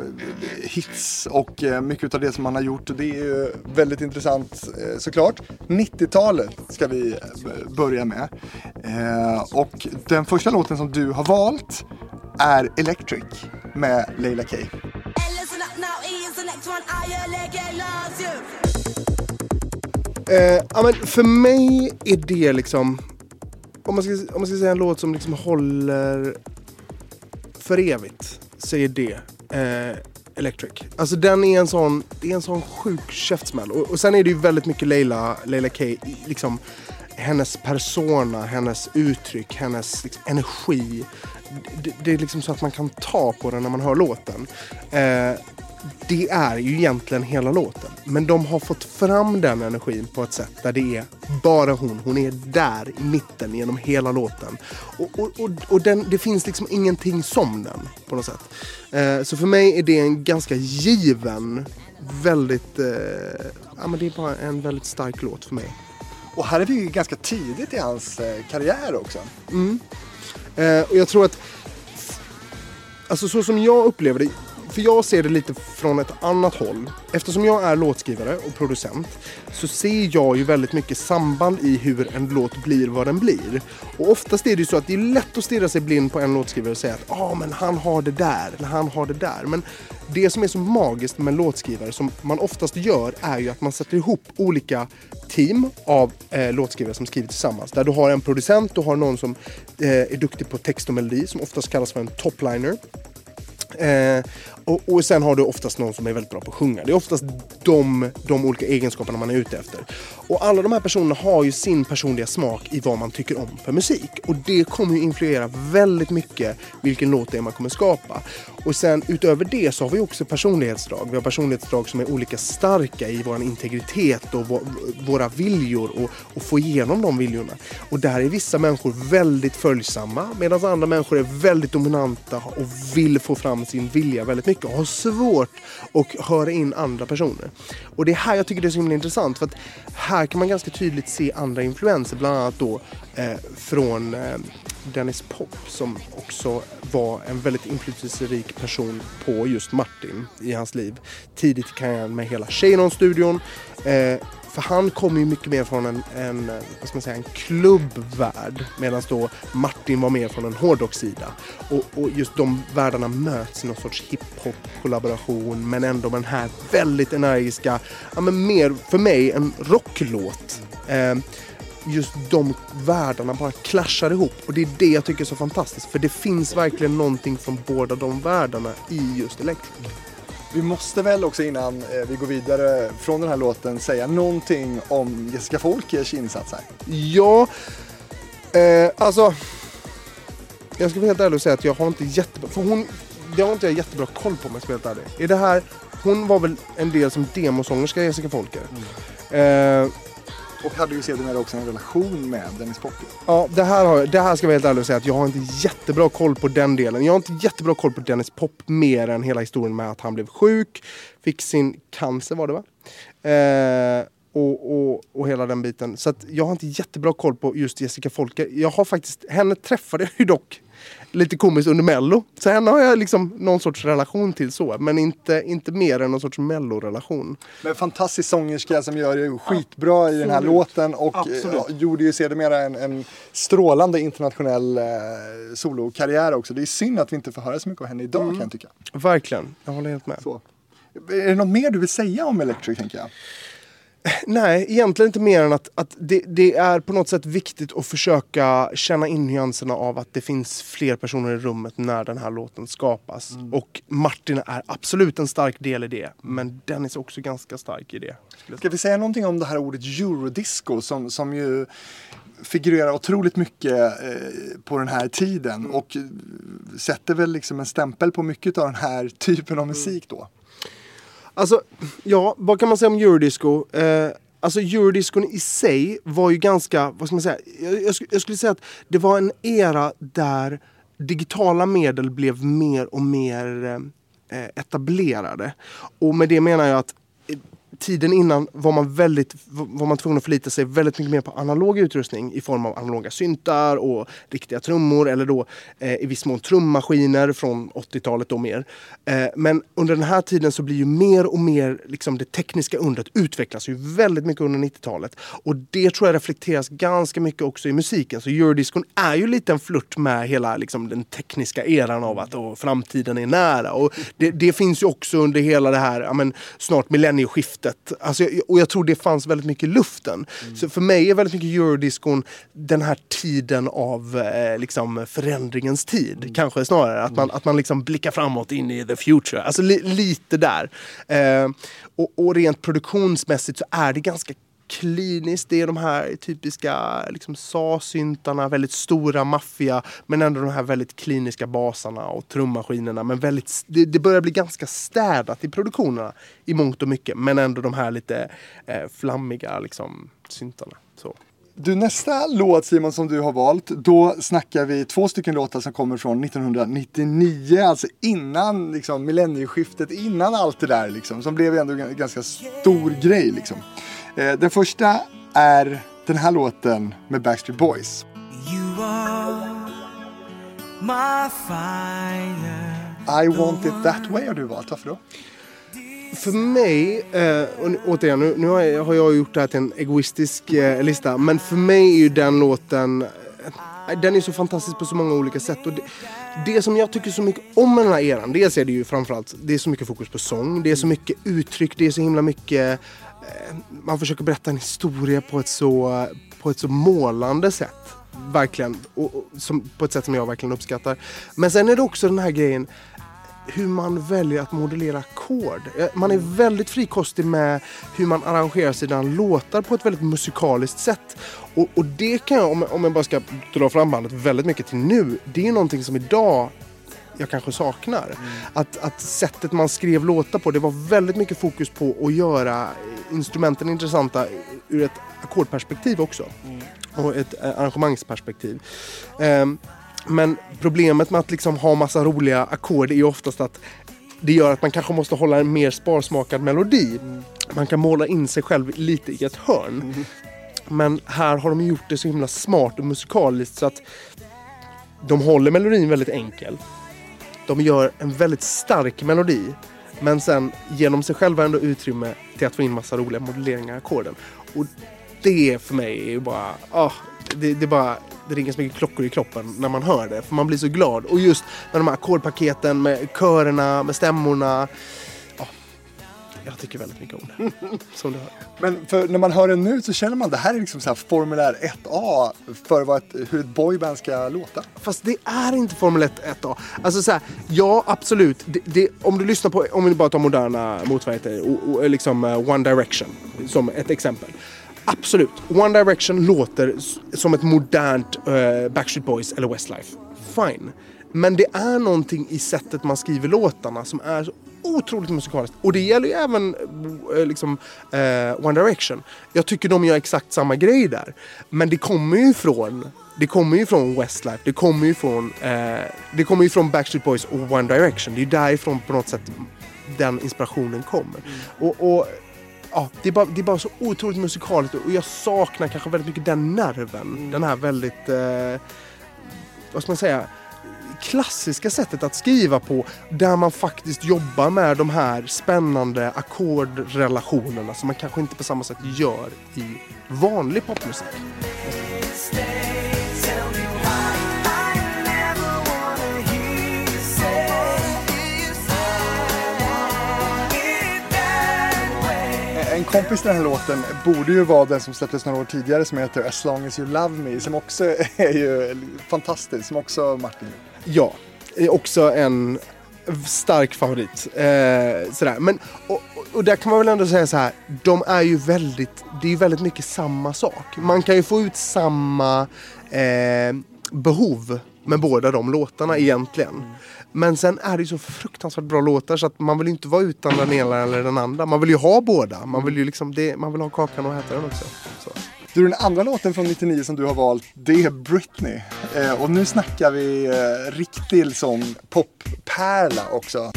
hits och eh, mycket av det som han har gjort. Det är ju väldigt intressant eh, såklart. nittiotalet ska vi eh, börja med. Eh, och den första låten som du har valt är Electric med Leila K. Eh, ja, men för mig är det liksom om man ska, om man ska säga en låt som liksom håller för evigt så är det eh, Electric. Alltså den är en sån, det är en sån sjuk käftsmäll. Och, och sen är det ju väldigt mycket Leila, Leila K, liksom hennes persona, hennes uttryck, hennes liksom, energi. Det, det är liksom så att man kan ta på den när man hör låten. Eh, det är ju egentligen hela låten. Men de har fått fram den energin på ett sätt där det är bara hon. Hon är där i mitten genom hela låten. Och, och, och, och den, det finns liksom ingenting som den på något sätt. Eh, så för mig är det en ganska given, väldigt, eh, ja men det är bara en väldigt stark låt för mig. Och här är vi ju ganska tidigt i hans eh, karriär också. Mm. Eh, och jag tror att alltså så som jag upplever det, för jag ser det lite från ett annat håll. Eftersom jag är låtskrivare och producent så ser jag ju väldigt mycket samband i hur en låt blir vad den blir. Och oftast är det ju så att det är lätt att stirra sig blind på en låtskrivare och säga att ah, men han har det där eller han har det där. Men det som är så magiskt med låtskrivare som man oftast gör är ju att man sätter ihop olika team av eh, låtskrivare som skriver tillsammans. Där du har en producent, du har någon som eh, är duktig på text och melodi som oftast kallas för en topliner. Eh, och, och sen har du oftast någon som är väldigt bra på att sjunga. Det är oftast de, de olika egenskaperna man är ute efter. Och alla de här personerna har ju sin personliga smak i vad man tycker om för musik. Och det kommer ju influera väldigt mycket vilken låt det är man kommer skapa. Och sen utöver det så har vi också personlighetsdrag. Vi har personlighetsdrag som är olika starka i vår integritet och vår, våra viljor och, och få igenom de viljorna. Och där är vissa människor väldigt följsamma medan andra människor är väldigt dominanta och vill få fram sin vilja väldigt mycket och har svårt att höra in andra personer. Och det är här jag tycker det är så himla intressant för att här kan man ganska tydligt se andra influenser, bland annat då eh, från eh, Dennis Pop som också var en väldigt inflytelserik person på just Martin i hans liv. Tidigt i karriären med hela Cheiron-studion. Eh, för han kom ju mycket mer från en, en, vad ska man säga, en klubbvärld medan då Martin var mer från en hårdrocksida. Och, och just de världarna möts i någon sorts hiphop-kollaboration men ändå med den här väldigt energiska, ja men mer för mig en rocklåt. Eh, just de världarna bara clashar ihop och det är det jag tycker är så fantastiskt för det finns verkligen någonting från båda de världarna i just Electric. Vi måste väl också innan eh, vi går vidare från den här låten säga någonting om Jessica Folkers insats här. Ja, eh, alltså jag ska vara helt ärlig och säga att jag har inte jättebra, för hon, det har inte jag jättebra koll på mig, ska jag vara helt ärlig. Är det här, hon var väl en del som demosångerska Jessica Folker. Mm. Eh, Och hade ju sedermera också en relation med Dennis Pop. Ja, det här, har, det här ska jag vara helt ärlig och säga att jag har inte jättebra koll på den delen. Jag har inte jättebra koll på Dennis Pop mer än hela historien med att han blev sjuk. Fick sin cancer var det va? Eh, och, och, och hela den biten. Så att jag har inte jättebra koll på just Jessica Folker. Jag har faktiskt, henne träffade jag ju dock lite komiskt under Mello. Så henne har jag liksom någon sorts relation till så. Men inte, inte mer än någon sorts Mello-relation. Men fantastisk sångerska som gör det skitbra Absolut. I den här låten. Och ja, gjorde ju sedermera en, en strålande internationell eh, solokarriär också. Det är synd att vi inte får höra så mycket av henne idag mm. kan jag tycka. Verkligen, jag håller helt med. Så. Är det något mer du vill säga om Electric tänker jag? Nej, egentligen inte mer än att, att det, det är på något sätt viktigt att försöka känna in nyanserna av att det finns fler personer i rummet när den här låten skapas. Mm. Och Martin är absolut en stark del i det, men Dennis är också ganska stark i det. Ska vi säga någonting om det här ordet eurodisco som, som ju figurerar otroligt mycket eh, på den här tiden mm. och sätter väl liksom en stämpel på mycket av den här typen av musik då? Alltså, ja, vad kan man säga om eurodisco? Eh, alltså eurodiscon i sig var ju ganska, vad ska man säga, jag, jag, jag skulle säga att det var en era där digitala medel blev mer och mer eh, etablerade. Och med det menar jag att eh, tiden innan var man väldigt var man tvungen att förlita sig väldigt mycket mer på analog utrustning i form av analoga syntar och riktiga trummor eller då eh, i viss mån trummaskiner från åttiotalet och mer. Eh, men under den här tiden så blir ju mer och mer liksom det tekniska undret utvecklas ju väldigt mycket under nittiotalet och det tror jag reflekteras ganska mycket också i musiken. Så eurodiscon är ju lite en flört med hela liksom den tekniska eran av att åh, framtiden är nära och det, det finns ju också under hela det här ja, men, snart millennieskiftet. Alltså, och jag tror det fanns väldigt mycket i luften. Mm. Så för mig är väldigt mycket eurodiscon den här tiden av eh, liksom förändringens tid. Mm. Kanske snarare. Att man, att man liksom blickar framåt in i the future. Alltså li, lite där. Eh, och, och rent produktionsmässigt så är det ganska kliniskt. Det är de här typiska liksom S A S-syntarna, väldigt stora, maffiga, men ändå de här väldigt kliniska basarna och trummaskinerna. Men väldigt, det, det börjar bli ganska städat i produktionerna i mångt och mycket, men ändå de här lite eh, flammiga liksom, syntarna. Så. Du, nästa låt Simon som du har valt, då snackar vi två stycken låtar som kommer från nittonhundranittionio, alltså innan liksom, millennieskiftet, innan allt det där liksom, som blev ändå en ganska stor grej liksom. Den första är den här låten med Backstreet Boys. You are my fire. I want it that way har du valt. Varför då? För mig, eh, återigen, nu, nu har, jag, har jag gjort det här till en egoistisk eh, lista. Men för mig är ju den låten, eh, den är så fantastisk på så många olika sätt. Och det, det som jag tycker så mycket om med den här eran, dels är det ju framförallt, det är så mycket fokus på sång, det är så mycket uttryck, det är så himla mycket, eh, man försöker berätta en historia på ett så, på ett så målande sätt. Verkligen, och, och, som, på ett sätt som jag verkligen uppskattar. Men sen är det också den här grejen, hur man väljer att modellera ackord. Man är väldigt frikostig med hur man arrangerar sina låtar på ett väldigt musikaliskt sätt. Och, och det kan jag, om, om jag bara ska dra fram bandet väldigt mycket till nu, det är någonting som idag jag kanske saknar. Mm. Att, att sättet man skrev låtar på, det var väldigt mycket fokus på att göra instrumenten intressanta ur ett ackordperspektiv också. Mm. Och ett arrangemangsperspektiv. Um, Men problemet med att liksom ha massa roliga ackord är ju oftast att det gör att man kanske måste hålla en mer sparsmakad melodi. Mm. Man kan måla in sig själv lite i ett hörn. Mm. Men här har de gjort det så himla smart och musikaliskt så att de håller melodin väldigt enkel. De gör en väldigt stark melodi. Men sen ger de sig själva ändå utrymme till att få in massa roliga modelleringar i ackorden. Och det för mig är ju bara... Oh, det, det är bara... Det ringer så mycket klockor i kroppen när man hör det. För man blir så glad. Och just med de här ackordpaketen, med körerna, med stämmorna. Ja, jag tycker väldigt mycket om det. Som du hör. Men för när man hör det nu så känner man att det här är liksom så här formulär ett A för vad ett, hur ett boyband ska låta. Fast det är inte formel ett A. Alltså så här, ja absolut. Det, det, om du lyssnar på, om vi bara tar moderna motsvarigheter, liksom One Direction som ett exempel. Absolut. One Direction låter som ett modernt uh, Backstreet Boys eller Westlife. Fine. Men det är någonting i sättet man skriver låtarna som är så otroligt musikaliskt. Och det gäller ju även uh, liksom, uh, One Direction. Jag tycker de gör exakt samma grej där. Men det kommer ju från det kommer ju från Westlife. Det kommer ju från uh, det kommer ju från Backstreet Boys och One Direction. Det är därifrån på något sätt den inspirationen kommer. Mm. Och, och ja, det är, bara, det är bara så otroligt musikaliskt och jag saknar kanske väldigt mycket den nerven. Mm. Den här väldigt, eh, vad ska man säga, klassiska sättet att skriva på där man faktiskt jobbar med de här spännande ackordrelationerna som man kanske inte på samma sätt gör i vanlig popmusik. En kompis till den här låten borde ju vara den som släpptes några år tidigare som heter As Long As You Love Me, som också är ju fantastisk, som också Martin. Ja, är också en stark favorit. Eh, sådär. Men, och, och där kan man väl ändå säga så här, de är ju väldigt, det är ju väldigt mycket samma sak. Man kan ju få ut samma eh, behov med båda de låtarna egentligen. Mm. Men sen är det ju så fruktansvärt bra låtar så att man vill ju inte vara utan den ena eller den andra. Man vill ju ha båda. Man vill ju liksom det, man vill ha kakan och äta den också. Så. Du, den andra låten från nittionio som du har valt, det är Britney. Eh, och nu snackar vi eh, riktigt som poppärla också.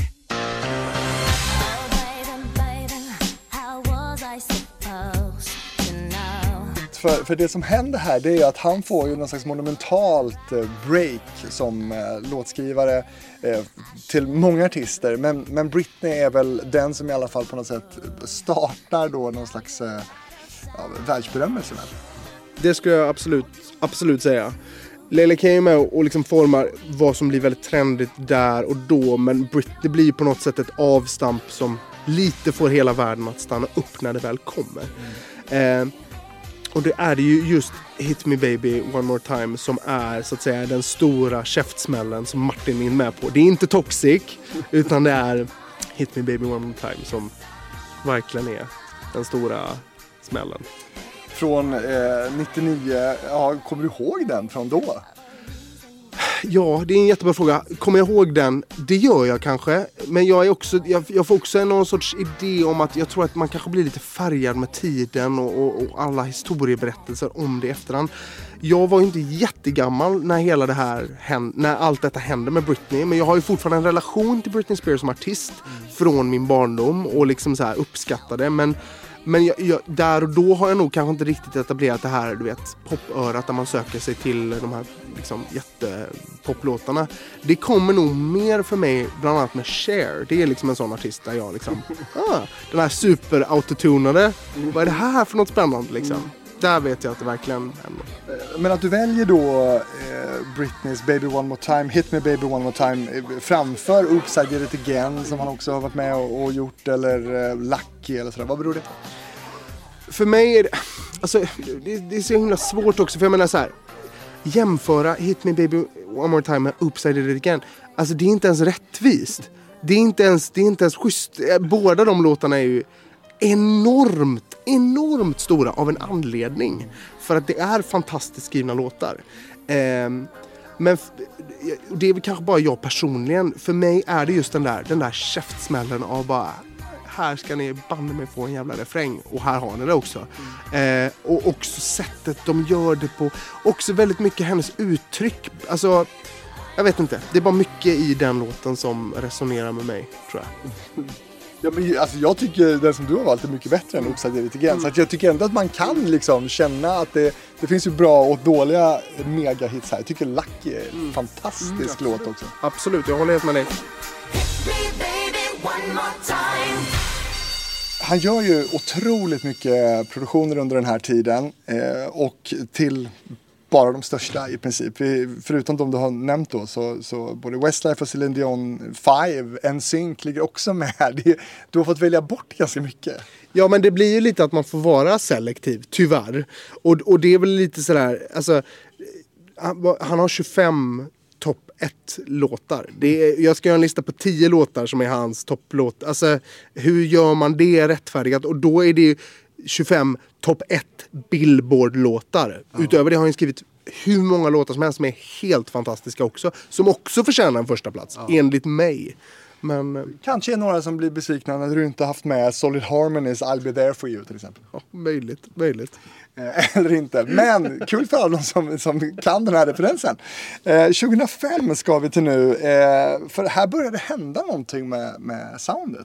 För, för det som händer här, det är att han får ju någon slags monumentalt eh, break som eh, låtskrivare eh, till många artister. Men, men Britney är väl den som i alla fall på något sätt startar då någon slags eh, ja, världsberömmelse. Det skulle jag absolut, absolut säga. Layla K är med och liksom formar vad som blir väldigt trendigt där och då. Men Britney blir på något sätt ett avstamp som lite får hela världen att stanna upp när det väl kommer. Mm. Eh, Och det är ju just Hit Me Baby One More Time som är så att säga den stora käftsmällen som Martin är med på. Det är inte Toxic utan det är Hit Me Baby One More Time som verkligen är den stora smällen. Från eh, nittionio, ja, kommer du ihåg den från då? Ja, det är en jättebra fråga. Kommer jag ihåg den? Det gör jag kanske. Men jag, är också, jag, jag får också någon sorts idé om att jag tror att man kanske blir lite färgad med tiden och, och, och alla historieberättelser om det i efterhand. Jag var ju inte jättegammal när hela det här hände, när allt detta hände med Britney. Men jag har ju fortfarande en relation till Britney Spears som artist mm. från min barndom och liksom så här uppskattade. Men Men jag, jag, där och då har jag nog kanske inte riktigt etablerat det här, du vet, popörat där man söker sig till de här liksom jättepoplåtarna. Det kommer nog mer för mig bland annat med Cher. Det är liksom en sån artist där jag liksom, ah, den här super autotunade. Vad är det här för något spännande liksom? där vet jag att det verkligen händer. Men att du väljer då eh, Britneys Baby One More Time, Hit Me Baby One More Time eh, framför Oops, I Did It Again som han också har varit med och, och gjort, eller eh, Lucky eller sådär, vad beror det på? För mig är det, alltså, det, det är så himla svårt också, för jag menar så här, jämföra Hit Me Baby One More Time med Oops, I Did It Again, alltså det är inte ens rättvist. Det är inte ens, det är inte ens schysst. Båda de låtarna är ju enormt, enormt stora av en anledning. För att det är fantastiskt skrivna låtar. Eh, men f- det är väl kanske bara jag personligen. För mig är det just den där, den där käftsmällen av bara, här ska ni banda mig få en jävla refräng. Och här har ni det också. Eh, och också sättet de gör det på. Också väldigt mycket hennes uttryck. Alltså, jag vet inte. Det är bara mycket i den låten som resonerar med mig, tror jag. Ja, men, alltså, jag tycker den som du har valt är mycket bättre än Oops, I Did It Again. Mm. Så att jag tycker ändå att man kan liksom känna att det, det finns ju bra och dåliga megahits här. Jag tycker Lucky är en mm. fantastisk mm, låt också. Absolut, jag håller helt med dig. Han gör ju otroligt mycket produktioner under den här tiden eh, och till bara de största i princip. Förutom de du har nämnt då, så, så både Westlife och Celine Dion Five, N Sync ligger också med. Det, du har fått välja bort ganska mycket. Ja, men det blir ju lite att man får vara selektiv, tyvärr. Och, och det är väl lite sådär, alltså, han, han har tjugofem topp ett låtar. Det är, jag ska göra en lista på tio låtar som är hans topplåt. Alltså, hur gör man det rättfärdigat? Och då är det ju tjugofem topp ett Billboard-låtar. Ja. Utöver det har han skrivit hur många låtar som helst som är helt fantastiska också. Som också förtjänar en första plats, ja. Enligt mig. Men kanske är några som blir besvikna när du inte haft med Solid Harmonies I'll Be There For You till exempel. Ja, möjligt, möjligt. Eller inte. Men kul för alla som, som kan den här referensen. Eh, tjugohundrafem ska vi till nu. Eh, för här började det hända någonting med, med soundet.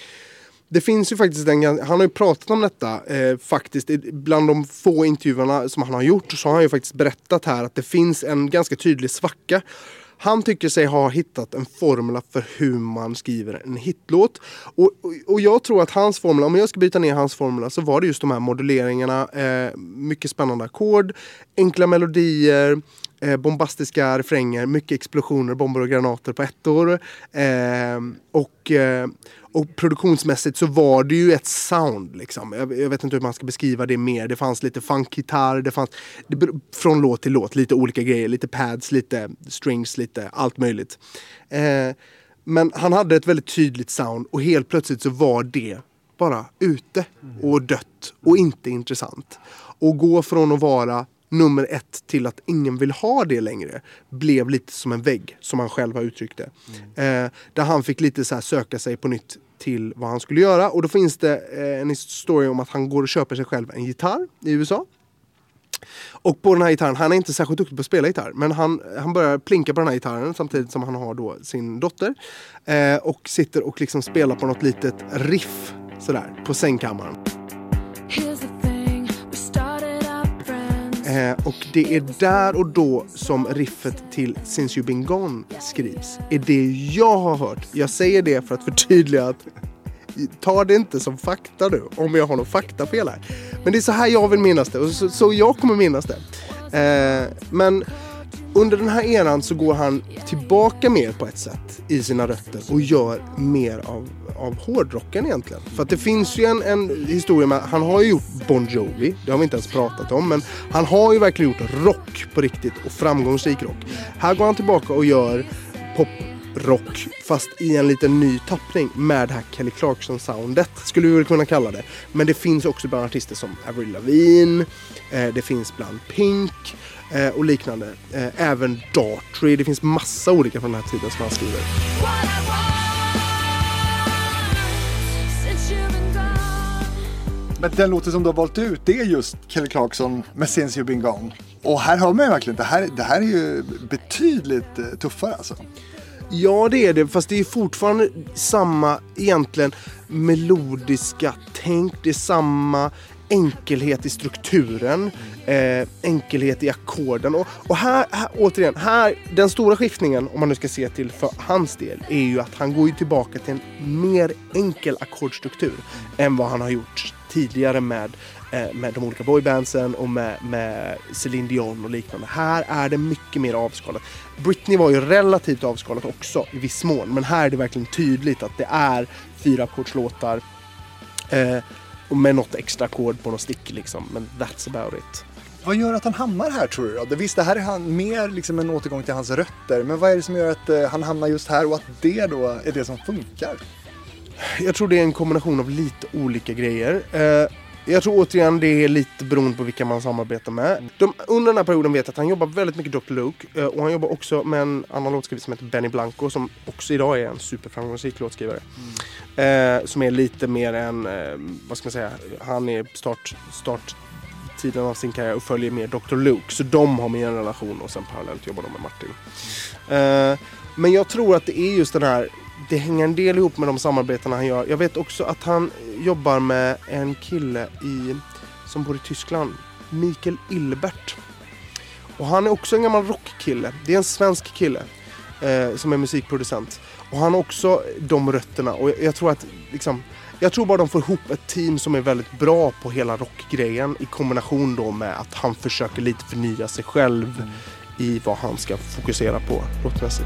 Det finns ju faktiskt en, han har ju pratat om detta eh, faktiskt bland de få intervjuerna som han har gjort, så har han ju faktiskt berättat här att det finns en ganska tydlig svacka. Han tycker sig ha hittat en formula för hur man skriver en hitlåt. Och, och, och jag tror att hans formula, om jag ska byta ner hans formula, så var det just de här moduleringarna, eh, mycket spännande ackord, enkla melodier, eh, bombastiska refränger, mycket explosioner, bomber och granater på ettor. Eh, och, eh, och produktionsmässigt så var det ju ett sound liksom. Jag, jag vet inte hur man ska beskriva det mer. Det fanns lite funkgitarr, det fanns det, från låt till låt, lite olika grejer, lite pads, lite strings, lite allt möjligt. Eh, men han hade ett väldigt tydligt sound och helt plötsligt så var det bara ute och dött och inte intressant. Och gå från att vara nummer ett till att ingen vill ha det längre blev lite som en vägg, som han själv har uttryckt det. Mm. Eh, där han fick lite så här söka sig på nytt till vad han skulle göra. Och då finns det eh, en historia om att han går och köper sig själv en gitarr i U S A. Och på den här gitarren, han är inte särskilt duktig på att spela gitarr, men han, han börjar plinka på den här gitarren samtidigt som han har då sin dotter. Eh, och sitter och liksom spelar på något litet riff sådär, på sängkammaren. Eh, och det är där och då som riffet till Since You've Been Gone skrivs. Är det jag har hört. Jag säger det för att förtydliga att ta det inte som fakta nu, om jag har någon faktafel här. Men det är så här jag vill minnas det, och så, så jag kommer minnas det. Eh, men under den här eran så går han tillbaka mer på ett sätt i sina rötter och gör mer av, av hårdrocken egentligen. För att det finns ju en, en historia med, han har ju gjort Bon Jovi, det har vi inte ens pratat om, men han har ju verkligen gjort rock på riktigt och framgångsrik rock. Här går han tillbaka och gör poprock fast i en liten ny tappning med det här Kelly Clarkson-soundet, skulle vi väl kunna kalla det. Men det finns också bland artister som Avril Lavigne, eh, det finns bland Pink Eh, och liknande. Eh, även Daughtry. Det finns massa olika från den här tiden som han skriver. Men den låten som du har valt ut, det är just Kelly Clarkson med Since You've Been Gone. Och här hör man ju verkligen, det här, det här är ju betydligt eh, tuffare alltså. Ja, det är det. Fast det är fortfarande samma egentligen melodiska tänk. Det är samma enkelhet i strukturen, eh, enkelhet i ackorden. Och, och här, här, återigen, här, den stora skiftningen, om man nu ska se till för hans del, är ju att han går ju tillbaka till en mer enkel ackordstruktur än vad han har gjort tidigare med eh, med de olika boybandsen och med, med Celine Dion och liknande. Här är det mycket mer avskalat. Britney var ju relativt avskalat också i viss mån, men här är det verkligen tydligt att det är fyra ackordslåtar eh, och med något extra ackord på något stick liksom, men that's about it. Vad gör att han hamnar här, tror du då? Det, visst, det här är han, mer liksom en återgång till hans rötter. Men vad är det som gör att eh, han hamnar just här och att det då är det som funkar? Jag tror det är en kombination av lite olika grejer. Eh, jag tror återigen det är lite beroende på vilka man samarbetar med. De, under den här perioden vet jag att han jobbar väldigt mycket doktor Luke. Eh, och han jobbar också med en annan låtskrivare som heter Benny Blanco, som också idag är en superframgångsrik låtskrivare. Mm. Eh, som är lite mer en, eh, vad ska man säga, han är start... start tiden av sin karriär och följer med doktor Luke. Så de har mer en relation och sen parallellt jobbar de med Martin. Uh, men jag tror att det är just den här, det hänger en del ihop med de samarbetena han gör. Jag vet också att han jobbar med en kille i, som bor i Tyskland, Mikael Ilbert. Och han är också en gammal rockkille. Det är en svensk kille uh, som är musikproducent. Och han har också de rötterna. Och jag, jag tror att liksom, jag tror bara de får ihop ett team som är väldigt bra på hela rockgrejen i kombination då med att han försöker lite förnya sig själv mm. i vad han ska fokusera på låtmässigt.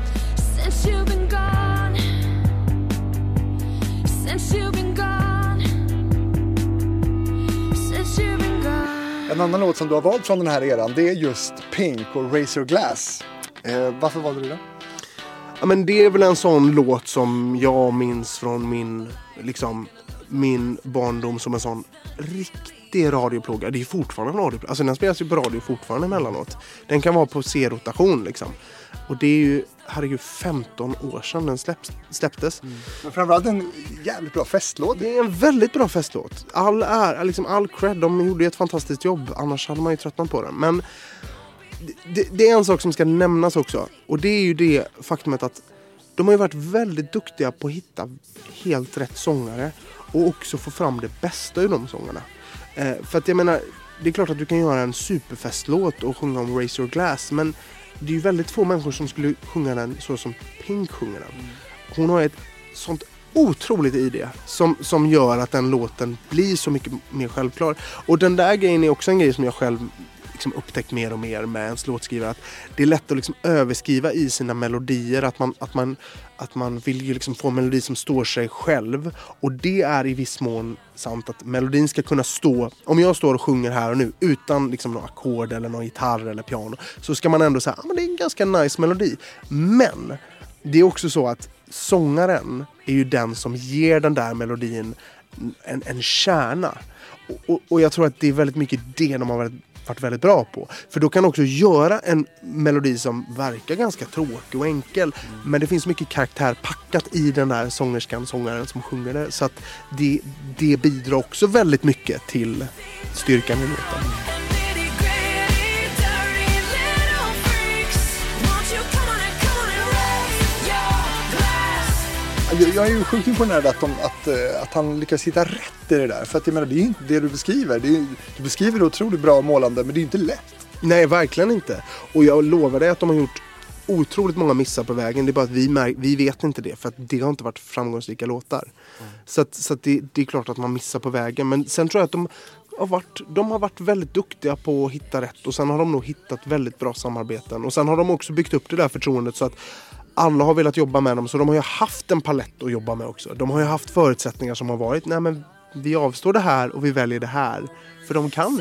En annan låt som du har valt från den här eran, det är just Pink och Raise Your Glass. Eh, varför valde du det? Ja, men det är väl en sån låt som jag minns från min liksom min barndom som en sån riktig radioplåga. Det är fortfarande en radioplåga. Alltså den spelas ju på radio fortfarande emellanåt. Den kan vara på C-rotation liksom. Och det är ju, herregud, femton år sedan den släpps, släpptes. Mm. Men framförallt en jävligt bra festlåt. Det är en väldigt bra festlåt. All är, liksom all cred. De gjorde ett fantastiskt jobb. Annars hade man ju tröttnat på den. Men det, det är en sak som ska nämnas också. Och det är ju det faktumet att de har ju varit väldigt duktiga på att hitta helt rätt sångare. Och också få fram det bästa ur de sångarna. Eh, för att jag menar, det är klart att du kan göra en superfestlåt och sjunga om Raise Your Glass. Men det är ju väldigt få människor som skulle sjunga den så som Pink sjunger den. Hon har ett sånt otroligt idé som, som gör att den låten blir så mycket mer självklar. Och den där grejen är också en grej som jag själv liksom upptäckt mer och mer med en låtskrivare, att det är lätt att liksom överskriva i sina melodier, att man, att man, att man vill ju liksom få en melodi som står sig själv, och det är i viss mån sant att melodin ska kunna stå, om jag står och sjunger här och nu utan liksom någon ackord eller någon gitarr eller piano, så ska man ändå säga att ah, det är en ganska nice melodi. Men det är också så att sångaren är ju den som ger den där melodin en, en kärna, och, och, och jag tror att det är väldigt mycket det de har varit varit väldigt bra på. För då kan också göra en melodi som verkar ganska tråkig och enkel. Mm. Men det finns mycket karaktär packat i den där sångerskan, sångaren som sjunger det. Så att det, det bidrar också väldigt mycket till styrkan i låten. Jag är ju sjukt imponerad att, de, att, att han lyckas hitta rätt i det där. För att jag menar, det är inte det du beskriver. Det är, du beskriver det otroligt bra och målande, men det är inte lätt. Nej, verkligen inte. Och jag lovar dig att de har gjort otroligt många missar på vägen. Det är bara att vi, mär- vi vet inte det, för att det har inte varit framgångsrika låtar. Mm. Så, att, så att det, det är klart att man missar på vägen. Men sen tror jag att de har varit, de har varit väldigt duktiga på att hitta rätt. Och sen har de nog hittat väldigt bra samarbeten. Och sen har de också byggt upp det där förtroendet så att alla har velat jobba med dem, så de har ju haft en palett att jobba med också. De har ju haft förutsättningar som har varit, nej men vi avstår det här och vi väljer det här. För de kan det.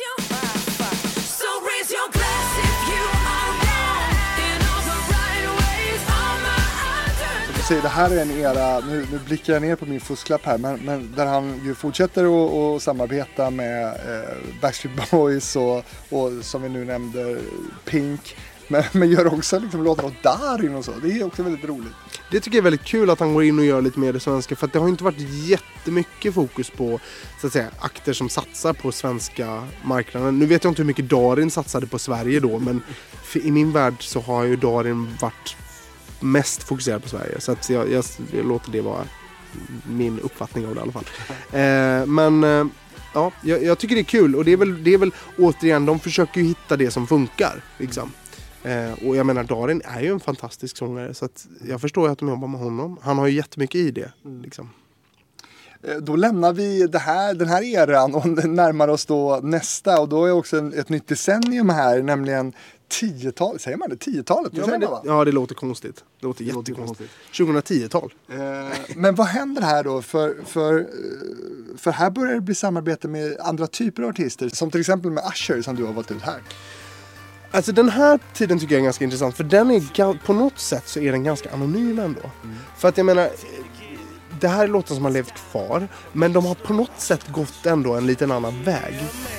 Det här är en era, nu, nu blickar jag ner på min fusklapp här, men, men där han ju fortsätter att, att samarbeta med eh, Backstreet Boys och, och som vi nu nämnde Pink. Men, men gör också liksom låtar åt Darin och så. Det är också väldigt roligt. Det tycker jag är väldigt kul att han går in och gör lite mer det svenska. För att det har inte varit jättemycket fokus på, så att säga, akter som satsar på svenska marknaden. Nu vet jag inte hur mycket Darin satsade på Sverige då. Men för i min värld så har ju Darin varit mest fokuserad på Sverige. Så att jag, jag, jag låter det vara min uppfattning av det i alla fall. Eh, men eh, ja, jag, jag tycker det är kul. Och det är väl, det är väl återigen, de försöker ju hitta det som funkar liksom. Eh, och jag menar, Darin är ju en fantastisk sångare, så att jag förstår ju att de jobbar med honom. Han har ju jättemycket i det liksom. Då lämnar vi det här, den här eran och närmar oss då nästa. Och då är också en, ett nytt decennium här, nämligen tiotalet. Säger man det? tiotalet? Ja, det, det, va? ja, det låter konstigt. Det låter jättekonstigt. tjugohundratio-tal. Eh, men vad händer här då? För, för, för här börjar det bli samarbete med andra typer av artister. Som till exempel med Usher som du har valt ut här. Alltså den här tiden tycker jag är ganska intressant. För den är, på något sätt så är den ganska anonym ändå. Mm. För att jag menar, det här är låtar som har levt kvar. Men de har på något sätt gått ändå en liten annan väg.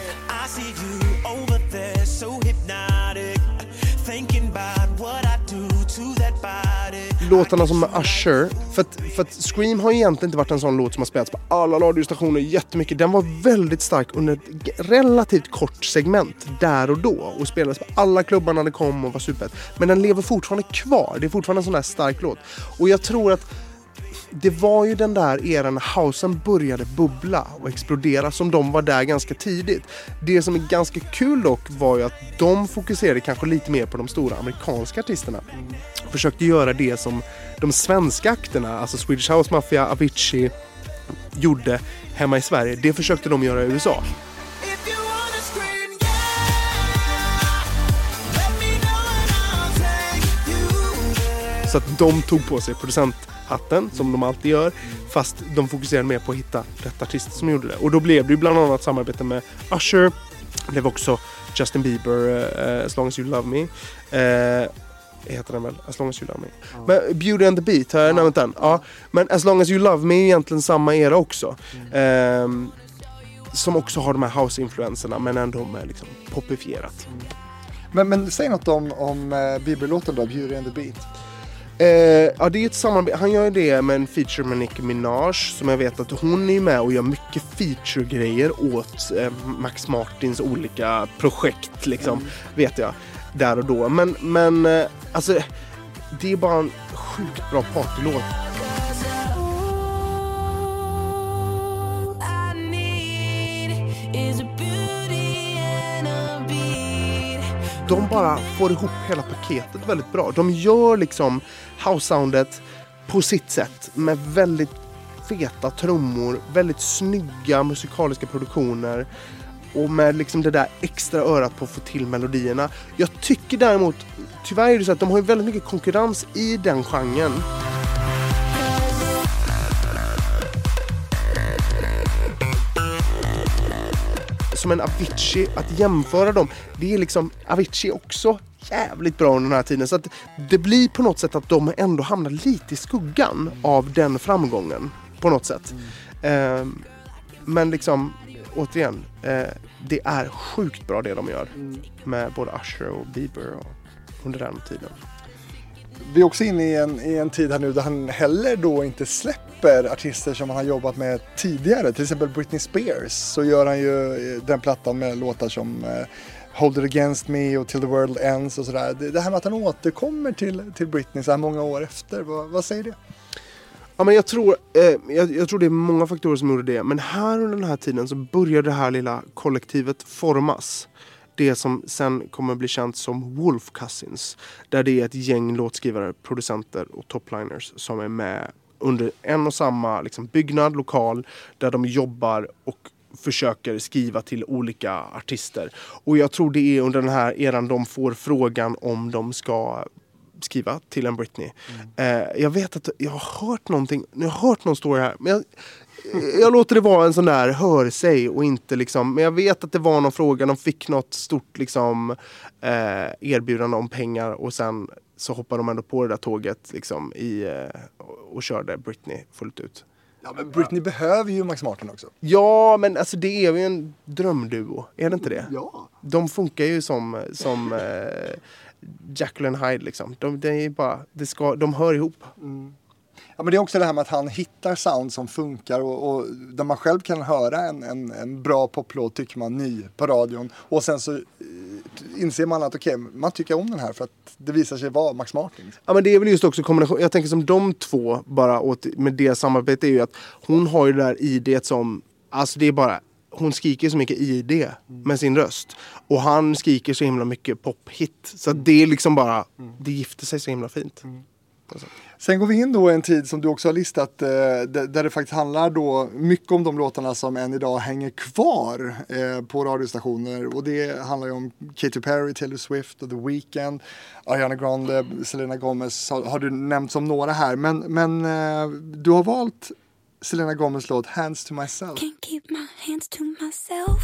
Låtarna som med Usher, för att, för att Scream har egentligen inte varit en sån låt som har spelats på alla radiostationer jättemycket. Den var väldigt stark under ett relativt kort segment där och då och spelades på alla klubbar när det kom och var super. Men den lever fortfarande kvar, det är fortfarande en sån där stark låt. Och jag tror att det var ju den där eran när housen började bubbla och explodera som de var där ganska tidigt. Det som är ganska kul dock var ju att de fokuserade kanske lite mer på de stora amerikanska artisterna. Försökte göra det som de svenska akterna, alltså Swedish House Mafia, Avicii gjorde hemma i Sverige. Det försökte de göra i U S A. Så att de tog på sig producenthatten som de alltid gör, fast de fokuserade mer på att hitta rätt artister som gjorde det. Och då blev det bland annat samarbete med Usher, det blev också Justin Bieber, uh, As Long As You Love Me. Uh, heter den väl? As Long As You Love Me. Ja. Men Beauty and the Beat, har jag nämnt den? Ja. Men As Long As You Love Me är egentligen samma era också. Mm. Um, som också har de här house-influenserna, men ändå med liksom popifierat. Mm. Men, men säg något om, om uh, Bieber-låten då, Beauty and the Beat. Uh, ja, det är ett samarbete. Han gör det med en feature med Nicki Minaj, som jag vet att hon är med och gör mycket feature-grejer åt uh, Max Martins olika projekt, liksom, mm. vet jag, där och då. Men, men uh, alltså, det är bara en sjukt bra partylåt. De bara får ihop hela paketet väldigt bra. De gör liksom house-soundet på sitt sätt med väldigt feta trummor, väldigt snygga musikaliska produktioner och med liksom det där extra örat på att få till melodierna. Jag tycker däremot, tyvärr är det så att de har ju väldigt mycket konkurrens i den genren. Som en Avicii, att jämföra dem, det är liksom Avicii också jävligt bra under den här tiden, så att det blir på något sätt att de ändå hamnar lite i skuggan av den framgången på något sätt. Mm. Eh, men liksom återigen, eh, det är sjukt bra det de gör mm. med både Usher och Bieber och under den tiden. Vi är också inne i en, i en tid här nu där han heller då inte släpper artister som han har jobbat med tidigare. Till exempel Britney Spears, så gör han ju den plattan med låtar som eh, Hold It Against Me och Till the World Ends och sådär. Det, det här med att han återkommer till, till Britney så här många år efter, vad, vad säger det? Ja, men jag tror, eh, jag, jag tror det är många faktorer som gjorde det. Men här under den här tiden så började det här lilla kollektivet formas. Det som sen kommer bli känt som Wolf Cousins. Där det är ett gäng låtskrivare, producenter och topliners som är med under en och samma liksom, byggnad, lokal. Där de jobbar och försöker skriva till olika artister. Och jag tror det är under den här eran de får frågan om de ska skriva till en Britney. Mm. Eh, jag vet att jag har hört någonting, jag har hört någon story här, men jag, jag låter det vara en sån där hör sig och inte liksom, men jag vet att det var någon fråga, de fick något stort liksom eh, erbjudande om pengar och sen så hoppade de ändå på det där tåget liksom i, eh, och körde Britney fullt ut. Ja, men Britney ja. behöver ju Max Martin också. Ja, men alltså det är ju en drömduo, är det inte det? Ja. De funkar ju som, som eh, Jekyll and Hyde liksom. De, det är bara, det ska, de hör ihop. Mm. Ja, men det är också det här med att han hittar sound som funkar och, och där man själv kan höra en, en, en bra poplåt, tycker man, ny på radion. Och sen så uh, inser man att okej, okay, man tycker om den här för att det visar sig vara Max Martin. Ja, men det är väl just också kombination. Jag tänker som de två bara åt, med det samarbetet är ju att hon har ju det där I D som, alltså det är bara, hon skriker så mycket I D mm. med sin röst. Och han skriker så himla mycket pop-hit. Så mm. det är liksom bara, mm. det gifter sig så himla fint. Mm. Sen går vi in då i en tid som du också har listat eh, där det faktiskt handlar då mycket om de låtarna som än idag hänger kvar eh, på radiostationer, och det handlar ju om Katy Perry, Taylor Swift och The Weeknd, Ariana Grande, Selena Gomez har, har du nämnt som några här, men, men eh, du har valt Selena Gomez låt Hands to Myself. Can't keep my hands to myself.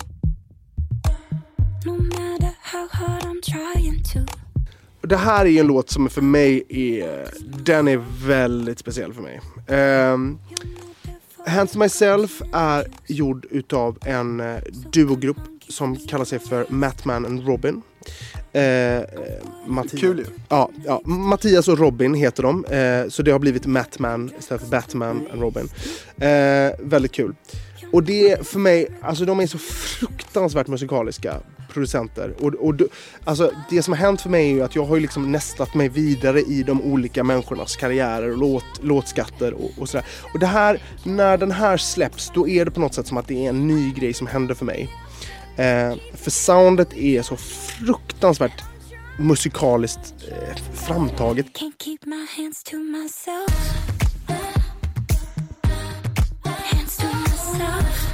No matter how hard I'm trying to. Det här är en låt som för mig är, den är väldigt speciell för mig. Um, Hands to Myself är gjord utav en uh, duogrupp som kallar sig för Mattman and Robin. Uh, Mattias. Kul ju. Ja, ja, Mattias och Robin heter de. Uh, så det har blivit Mattman istället för Batman and Robin. Uh, väldigt kul. Och det för mig, alltså de är så fruktansvärt musikaliska producenter. Och, och alltså det som har hänt för mig är ju att jag har ju liksom nästlat mig vidare i de olika människornas karriärer och låt, låtskatter och, och sådär. Och det här, när den här släpps, då är det på något sätt som att det är en ny grej som händer för mig. Eh, för soundet är så fruktansvärt musikaliskt eh, framtaget. Can't keep my hands to myself. Hands to myself.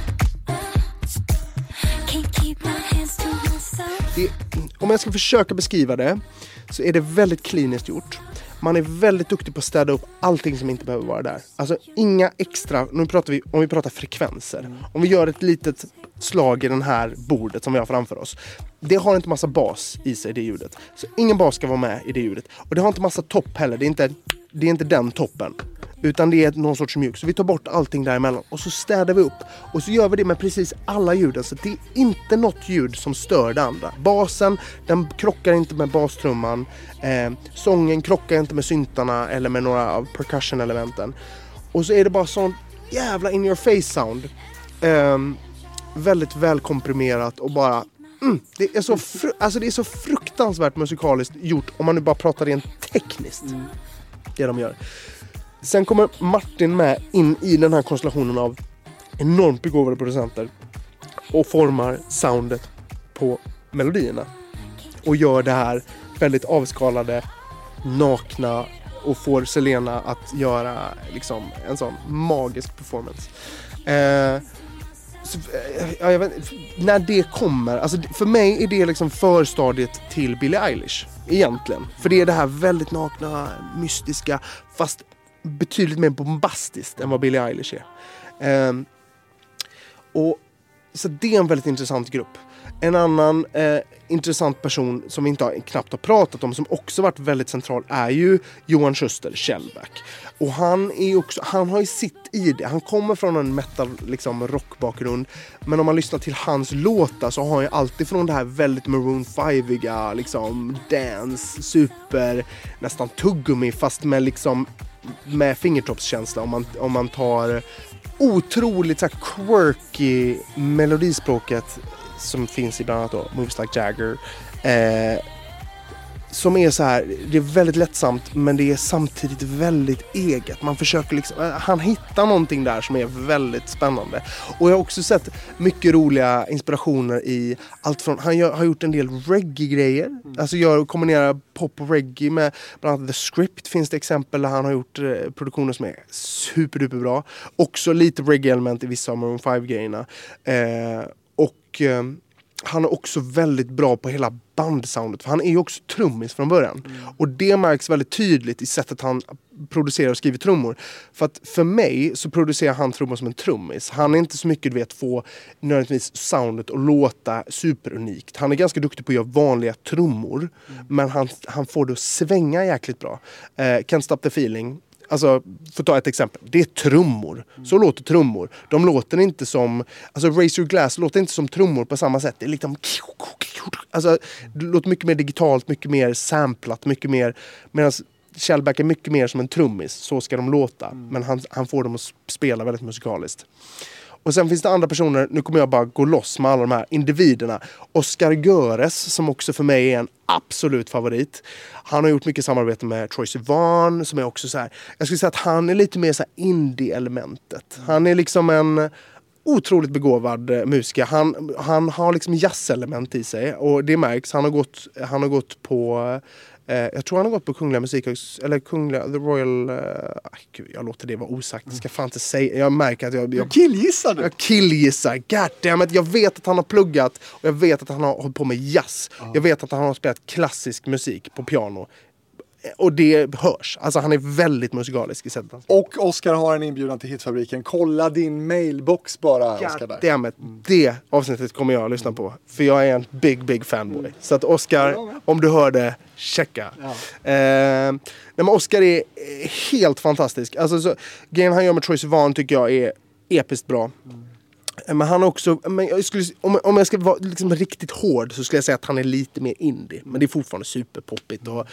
Can't keep my hands to myself. Det, om jag ska försöka beskriva det, så är det väldigt kliniskt gjort. Man är väldigt duktig på att städa upp allting som inte behöver vara där. Alltså inga extra, nu pratar vi, om vi pratar frekvenser. Mm. Om vi gör ett litet slag i den här bordet som vi har framför oss. Det har inte massa bas i sig, det ljudet. Så ingen bas ska vara med i det ljudet. Och det har inte massa topp heller, det är inte, det är inte den toppen. Utan det är någon sorts mjuk. Så vi tar bort allting däremellan. Och så städar vi upp. Och så gör vi det med precis alla ljuden. Så det är inte något ljud som stör det andra. Basen, den krockar inte med bastrumman. Eh, sången krockar inte med syntarna. Eller med några av percussion-elementen. Och så är det bara sån jävla in your face sound. Eh, väldigt välkomprimerat. Och bara... Mm, det, är så fru- alltså det är så fruktansvärt musikaliskt gjort. Om man nu bara pratar rent tekniskt. Mm. Det de gör. Sen kommer Martin med in i den här konstellationen av enormt begåvade producenter och formar soundet på melodierna. Och gör det här väldigt avskalade, nakna och får Selena att göra liksom en sån magisk performance. Eh, så, ja, jag vet, när det kommer, alltså för mig är det liksom förstadiet till Billie Eilish egentligen. För det är det här väldigt nakna, mystiska, fast betydligt mer bombastiskt än vad Billie Eilish är. Um, och så det är en väldigt intressant grupp. En annan eh, intressant person som vi inte har, knappt har pratat om, som också varit väldigt central, är ju Johan Schuster, Shellback. Och han är också, han har ju sitt i det. Han kommer från en metal liksom rockbakgrund, men om man lyssnar till hans låtar så har han ju alltid från det här väldigt Maroon five-iga liksom dance, super, nästan tuggummi, fast med liksom med fingertoppskänsla. Om man, om man tar otroligt så här quirky melodispråket som finns i bland annat då Moves Like Jagger, eh, som är så här, det är väldigt lättsamt, men det är samtidigt väldigt eget. Man försöker liksom, han hittar någonting där som är väldigt spännande. Och jag har också sett mycket roliga inspirationer i allt från, han gör, har gjort en del reggae-grejer. Mm. Alltså gör, kombinerar pop och reggae med bland annat The Script finns det exempel där han har gjort eh, produktioner som är superduperbra. Också lite reggae-element i vissa av Maroon five-grejerna. Eh, och eh, han är också väldigt bra på hela bandsoundet. För han är ju också trummis från början. Mm. Och det märks väldigt tydligt i sättet han producerar och skriver trummor. För att för mig så producerar han trummor som en trummis. Han är inte så mycket, du vet, få nödvändigtvis soundet och låta superunikt. Han är ganska duktig på att göra vanliga trummor. Mm. Men han, han får det att svänga jäkligt bra. Uh, Can't Stop the Feeling. Alltså, för att ta ett exempel. Det är trummor. Mm. Så låter trummor. De låter inte som... Alltså, Raise Your Glass låter inte som trummor på samma sätt. Det är liksom... Alltså, det låter mycket mer digitalt, mycket mer samplat, mycket mer... Medan Shellback är mycket mer som en trummis. Så ska de låta. Mm. Men han, han får dem att spela väldigt musikaliskt. Och sen finns det andra personer, nu kommer jag bara gå loss med alla de här individerna. Oscar Göres, som också för mig är en absolut favorit. Han har gjort mycket samarbete med Troye Sivan, som är också så här, jag skulle säga att han är lite mer så här indie-elementet. Han är liksom en otroligt begåvad eh, musiker. Han, han har liksom jazzelement i sig och det märks. Han har gått, han har gått på eh, jag tror han har gått på Kungliga Musikhögskolan eller Kungliga The Royal eh, gud, jag låter det vara osagt. Jag ska fan inte säga. Jag märker att jag, jag Killgissar du? Jag killgissar. Goddammit. Jag vet att han har pluggat och jag vet att han har hållit på med jazz. Ja. Jag vet att han har spelat klassisk musik på piano. Och det hörs. Alltså han är väldigt musikalisk i sättet. Och Oscar har en inbjudan till Hitfabriken. Kolla din mailbox bara, Oscar. Goddammit. Det avsnittet kommer jag att lyssna på. För jag är en big, big fanboy. Mm. Så att Oscar, om du hör det, checka. Ja. Eh, nej, men Oscar är helt fantastisk. Alltså, så, grejen han gör med Troye Sivan tycker jag är episkt bra. Mm. Men han har också, men jag skulle, om, om jag ska vara liksom riktigt hård så skulle jag säga att han är lite mer indie. Men det är fortfarande superpoppigt och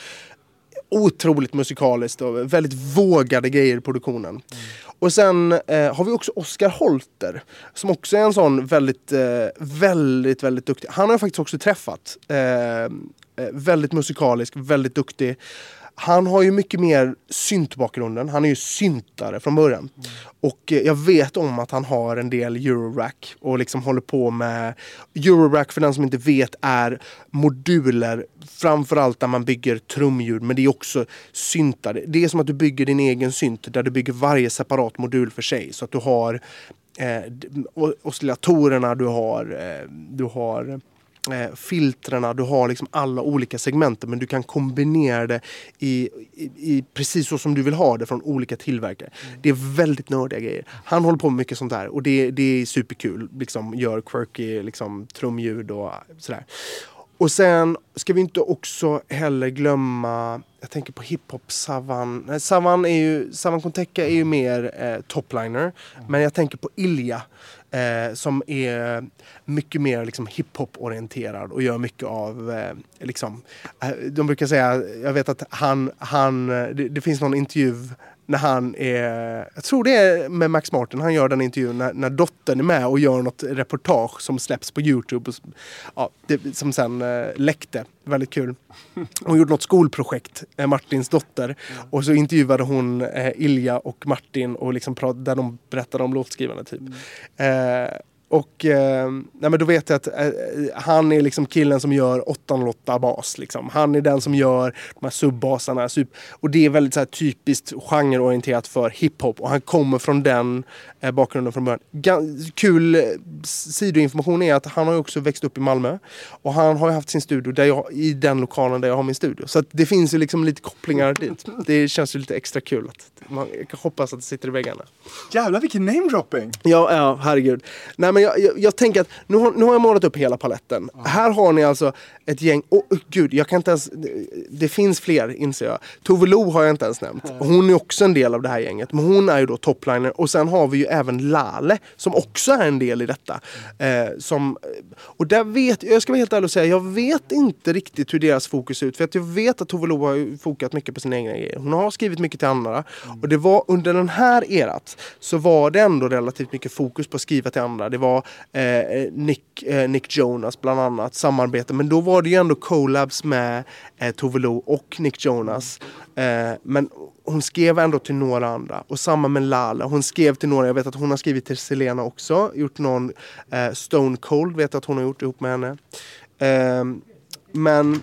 otroligt musikaliskt och väldigt vågade grejer i produktionen. Mm. Och sen eh, har vi också Oscar Holter som också är en sån väldigt, eh, väldigt, väldigt duktig. Han har jag faktiskt också träffat. Eh, väldigt musikalisk, väldigt duktig. Han har ju mycket mer syntbakgrunden. Han är ju syntare från början. Mm. Och jag vet om att han har en del Eurorack och liksom håller på med Eurorack, för den som inte vet, är moduler framförallt där man bygger trumljud, men det är också syntar. Det är som att du bygger din egen synt där du bygger varje separat modul för sig, så att du har eh, oscillatorerna, du har eh, du har Eh, filtrerna, du har liksom alla olika segmenter, men du kan kombinera det i, i, i precis så som du vill ha det från olika tillverkare. Mm. Det är väldigt nördiga grejer. Han håller på med mycket sånt där och det, det är superkul. Liksom gör quirky liksom, trumljud och sådär. Och sen ska vi inte också heller glömma, jag tänker på hiphop Savan. Nej, Savan är ju, Savan Konteka är ju mer eh, topliner, mm. men jag tänker på Ilja. Eh, som är mycket mer liksom, hiphop-orienterad och gör mycket av eh, liksom, eh, de brukar säga, jag vet att han, han det, det finns någon intervju när han är, jag tror det är med Max Martin, han gör den intervjun när, när dottern är med och gör något reportage som släpps på YouTube och, ja, det, som sen eh, läckte. Väldigt kul. Hon gjorde något skolprojekt, eh, Martins dotter, mm. och så intervjuade hon eh, Ilja och Martin och liksom prat, där de berättade om låtskrivarna typ. Mm. Eh, och eh, nej, men då vet jag att eh, han är liksom killen som gör åtta noll åtta bas liksom. Han är den som gör de här subbasarna super, och det är väldigt så här, typiskt genreorienterat för hiphop, och han kommer från den eh, bakgrunden från början. Gan- kul eh, sidoinformation är att han har ju också växt upp i Malmö och han har ju haft sin studio där jag, i den lokalen där jag har min studio, så att det finns ju liksom lite kopplingar dit. Det känns ju lite extra kul att man, jag kan hoppas att det sitter i väggarna. Jävlar vilken namedropping. Ja, ja, herregud. Nej, men jag, jag, jag tänker att nu har, nu har jag målat upp hela paletten. Ja. Här har ni alltså ett gäng, åh oh, gud, jag kan inte ens, det, det finns fler, inser jag. Tove Lo har jag inte ens nämnt. Hon är också en del av det här gänget, men hon är ju då topliner, och sen har vi ju även Lale som också är en del i detta. Eh, som, och där vet, jag ska vara helt ärlig och säga, jag vet inte riktigt hur deras fokus ser ut, för att jag vet att Tove Lo har ju fokat mycket på sina egna grejer. Hon har skrivit mycket till andra, mm. och det var under den här erat så var det ändå relativt mycket fokus på att skriva till andra. Det var eh, Nick, eh, Nick Jonas bland annat, samarbete, men då var det ju ändå collabs med eh, Tove Lo och Nick Jonas. Eh, men hon skrev ändå till några andra, och samma med Lala, hon skrev till några, jag vet att hon har skrivit till Selena också, gjort någon eh, Stone Cold, vet att hon har gjort ihop med henne. Eh, men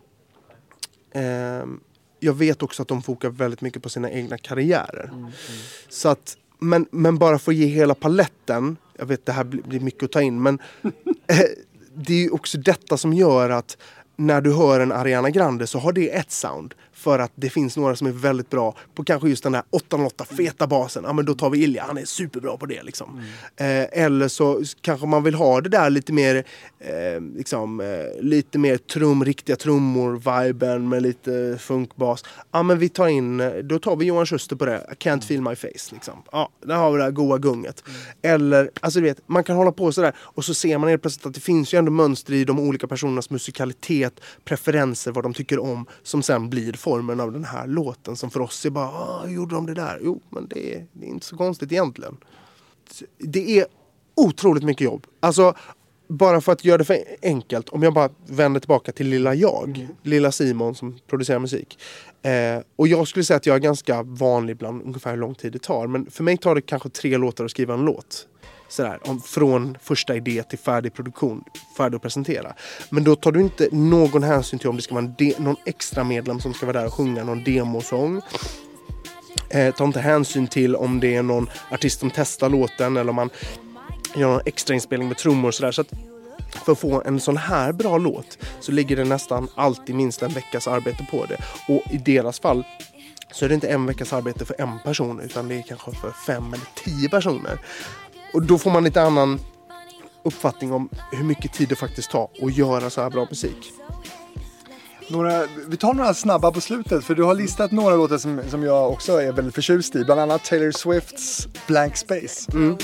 eh, jag vet också att de fokar väldigt mycket på sina egna karriärer. Mm, mm. Så att, men, men bara för att ge hela paletten, jag vet det här blir, blir mycket att ta in, men eh, det är ju också detta som gör att när du hör en Ariana Grande så har det ett sound. För att det finns några som är väldigt bra på kanske just den där åtta noll åtta feta basen. Ja, men då tar vi Ilja, han är superbra på det liksom. Mm. Eh, eller så kanske man vill ha det där lite mer eh, liksom, eh, lite mer trum, riktiga trummor, viben med lite funkbas. Ja, men vi tar in, då tar vi Johan Schuster på det. I can't feel my face liksom. Ja, där har vi det här goa gunget. Mm. Eller, alltså du vet, man kan hålla på sådär och så ser man helt plötsligt att det finns ju ändå mönster i de olika personernas musikalitet, preferenser, vad de tycker om, som sen blir formen av den här låten som för oss är bara, ah, hur gjorde de det där? Jo, men det är, det är inte så konstigt egentligen. Det är otroligt mycket jobb. Alltså, bara för att göra det för enkelt, om jag bara vänder tillbaka till Lilla Jag, mm. Lilla Simon som producerar musik. Eh, och jag skulle säga att jag är ganska vanlig bland ungefär hur lång tid det tar. Men för mig tar det kanske tre låtar att skriva en låt. Sådär, om, från första idé till färdig produktion, färdig att presentera. Men då tar du inte någon hänsyn till om det ska vara en de, någon extra medlem som ska vara där och sjunga någon demosång. Eh, tar inte hänsyn till om det är någon artist som testar låten eller om man gör någon extra inspelning med trummor och sådär. Så att för att få en sån här bra låt så ligger det nästan alltid minst en veckas arbete på det. Och i deras fall så är det inte en veckas arbete för en person utan det är kanske för fem eller tio personer. Och då får man lite annan uppfattning om hur mycket tid det faktiskt tar att göra så här bra musik. Några, vi tar några snabba på slutet, för du har listat några låtar som, som jag också är väldigt förtjust i. Bland annat Taylor Swifts Blank Space. Mm.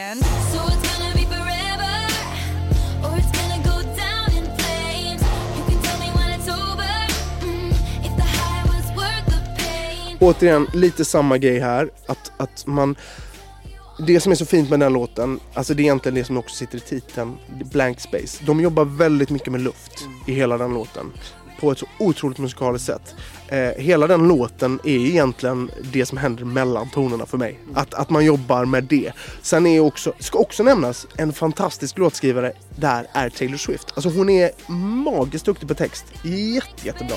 Återigen, lite samma grej här. Att, att man... Det som är så fint med den här låten, alltså det är egentligen det som också sitter i titeln, Blank Space. De jobbar väldigt mycket med luft mm. i hela den låten. På ett så otroligt musikaliskt sätt. Eh, hela den låten är egentligen det som händer mellan tonerna för mig. Att, att man jobbar med det. Sen är också, ska också nämnas, en fantastisk låtskrivare där är Taylor Swift. Alltså hon är magiskt duktig på text. Jätte, jättebra.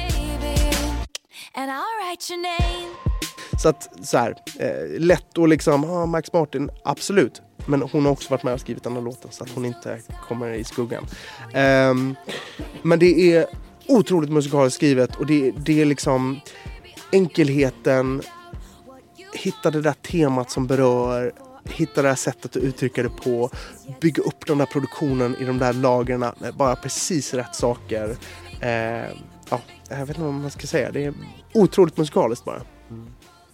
Så att så här, eh, lätt och liksom, ah, Max Martin, absolut. Men hon har också varit med och skrivit den här låten så att hon inte kommer i skuggan. Eh, men det är otroligt musikaliskt skrivet och det, det är liksom enkelheten, hitta det där temat som berör, hitta det här sättet att uttrycka det på, bygga upp den där produktionen i de där lagerna med bara precis rätt saker. Eh, ja, jag vet inte vad man ska säga, det är otroligt musikaliskt bara. Mm.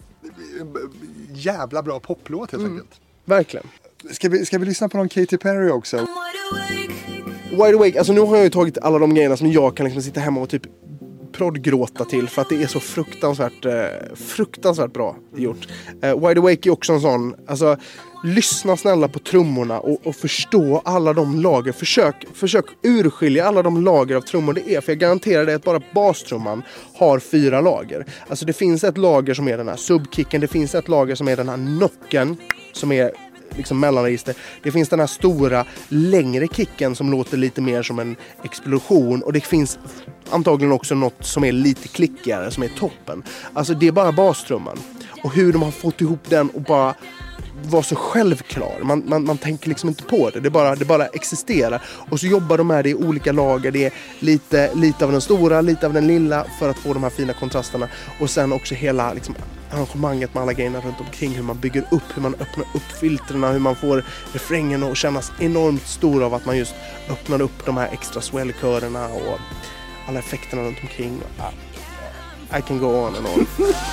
Jävla bra poplåt helt mm. enkelt. Verkligen. Ska vi, ska vi lyssna på någon Katy Perry också? Wide Awake, alltså nu har jag ju tagit alla de grejerna som jag kan liksom sitta hemma och typ proddgråta till för att det är så fruktansvärt eh, fruktansvärt bra gjort. Eh, Wide Awake är också en sån, alltså lyssna snälla på trummorna och, och förstå alla de lager, försök, försök urskilja alla de lager av trummor det är, för jag garanterar dig att bara bastrumman har fyra lager. Alltså det finns ett lager som är den här subkicken, det finns ett lager som är den här knocken som är liksom mellanregister. Det finns den här stora längre kicken som låter lite mer som en explosion och det finns antagligen också något som är lite klickigare som är toppen. Alltså det är bara bastrumman och hur de har fått ihop den och bara vara så självklar. Man, man, man tänker liksom inte på det. Det bara, det bara existerar. Och så jobbar de med det i olika lager. Det är lite, lite av den stora, lite av den lilla för att få de här fina kontrasterna. Och sen också hela liksom, arrangemanget med alla grejerna runt omkring. Hur man bygger upp, hur man öppnar upp filtrerna. Hur man får refrängen att kännas enormt stor av att man just öppnar upp de här extra swellkörerna och alla effekterna runt omkring. I can go on and on.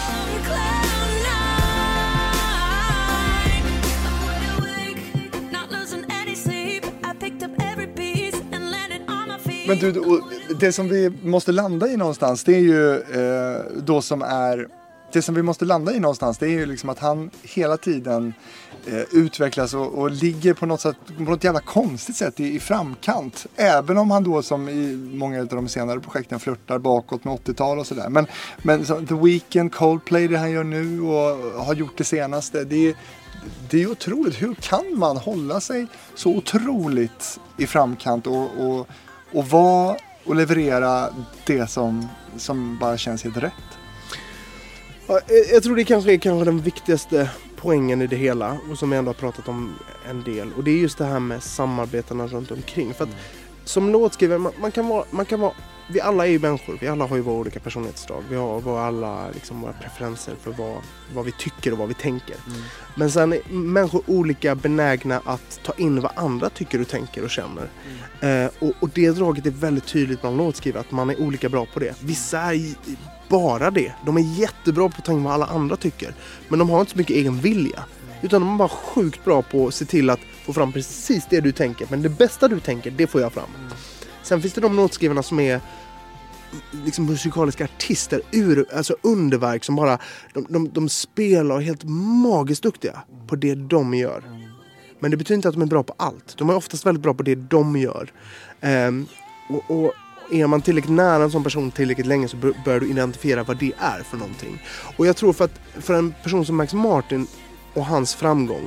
Men du, det som vi måste landa i någonstans, det är ju eh, då som är det som vi måste landa i någonstans, det är ju liksom att han hela tiden eh, utvecklas och, och ligger på något sätt, på något jävla konstigt sätt i, i framkant. Även om han då som i många av de senare projekten flörtar bakåt med åttiotal och sådär. Men, men så, The Weeknd, Coldplay, det han gör nu och har gjort det senaste, det är Det är otroligt. Hur kan man hålla sig så otroligt i framkant och, och, och vara och leverera det som, som bara känns helt rätt? Ja, jag tror det kanske är kanske den viktigaste poängen i det hela och som jag ändå har pratat om en del. Och det är just det här med samarbetarna runt omkring. För att mm. som låtskrivare, man, man kan vara... Man kan vara vi alla är ju människor, vi alla har ju våra olika personlighetsdrag. Vi har våra, alla liksom, våra preferenser för vad, vad vi tycker och vad vi tänker. Mm. Men sen är människor olika benägna att ta in vad andra tycker och tänker och känner. Mm. Eh, och, och det draget är väldigt tydligt bland låtskrivare, att man är olika bra på det. Vissa är bara det. De är jättebra på att ta in vad alla andra tycker. Men de har inte så mycket egen vilja. Mm. Utan de är bara sjukt bra på att se till att få fram precis det du tänker. Men det bästa du tänker, det får jag fram. Mm. Sen finns det de låtskrivarna som är liksom musikaliska artister, ur, alltså underverk som bara, de, de, de spelar helt magiskt duktiga på det de gör. Men det betyder inte att de är bra på allt. De är oftast väldigt bra på det de gör. Um, och, och är man tillräckligt nära en sån person tillräckligt länge så börjar du identifiera vad det är för någonting. Och jag tror för att för en person som Max Martin och hans framgång,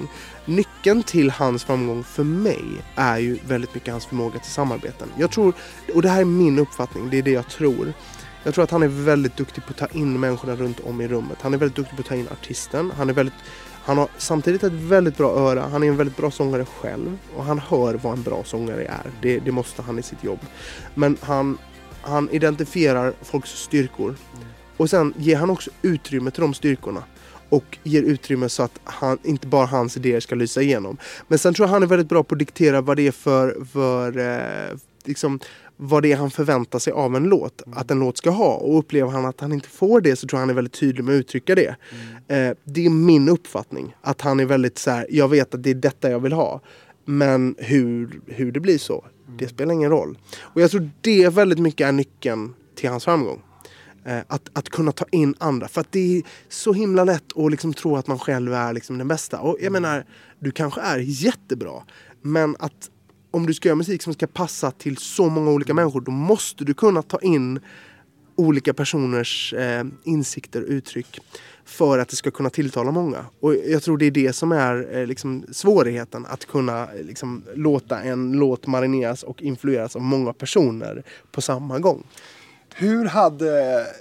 nyckeln till hans framgång för mig är ju väldigt mycket hans förmåga till samarbeten. Jag tror, och det här är min uppfattning, det är det jag tror. Jag tror att han är väldigt duktig på att ta in människorna runt om i rummet. Han är väldigt duktig på att ta in artisten. Han är väldigt, han har samtidigt ett väldigt bra öra. Han är en väldigt bra sångare själv. Och han hör vad en bra sångare är. Det, det måste han i sitt jobb. Men han, han identifierar folks styrkor. Och sen ger han också utrymme till de styrkorna. Och ger utrymme så att han, inte bara hans idéer ska lysa igenom. Men sen tror jag han är väldigt bra på att diktera vad det är för... för eh, liksom, vad det är han förväntar sig av en låt. Mm. Att en låt ska ha. Och upplever han att han inte får det, så tror jag han är väldigt tydlig med att uttrycka det. Mm. Eh, det är min uppfattning. Att han är väldigt så här, jag vet att det är detta jag vill ha. Men hur, hur det blir så, mm. det spelar ingen roll. Och jag tror det väldigt mycket är nyckeln till hans framgång. Eh, att, att kunna ta in andra. För att det är så himla lätt att liksom tro att man själv är liksom den bästa. Och jag menar, du kanske är jättebra. Men att om du ska göra musik som ska passa till så många olika människor, då måste du kunna ta in olika personers eh, insikter och uttryck för att det ska kunna tilltala många. Och jag tror det är det som är eh, liksom svårigheten, att kunna eh, liksom, låta en låt marineras och influeras av många personer på samma gång. Hur hade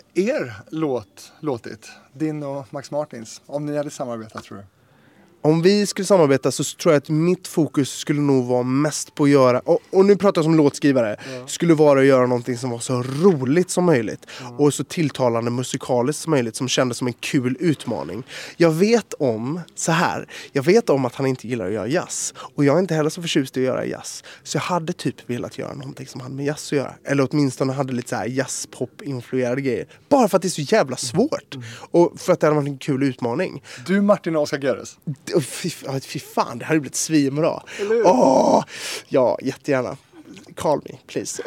er låt låtit, din och Max Martins, om ni hade samarbetat, tror du? Om vi skulle samarbeta så tror jag att mitt fokus skulle nog vara mest på att göra, och, och nu pratar jag som låtskrivare, ja. skulle vara att göra någonting som var så roligt som möjligt. Ja. Och så tilltalande musikaliskt som möjligt, som kändes som en kul utmaning. Jag vet om, så här, jag vet om att han inte gillar att göra jazz. Och jag är inte heller så förtjust i att göra jazz. Så jag hade typ velat göra någonting som hade med jazz att göra. Eller åtminstone hade lite så här jazz-pop-influerade grejer. Bara för att det är så jävla svårt. Mm. Och för att det hade varit en kul utmaning. Du, Martin och Oscar Gerres. Fy, fy fan, det hade blivit svinbra. Åh, ja, jättegärna. Call me, please.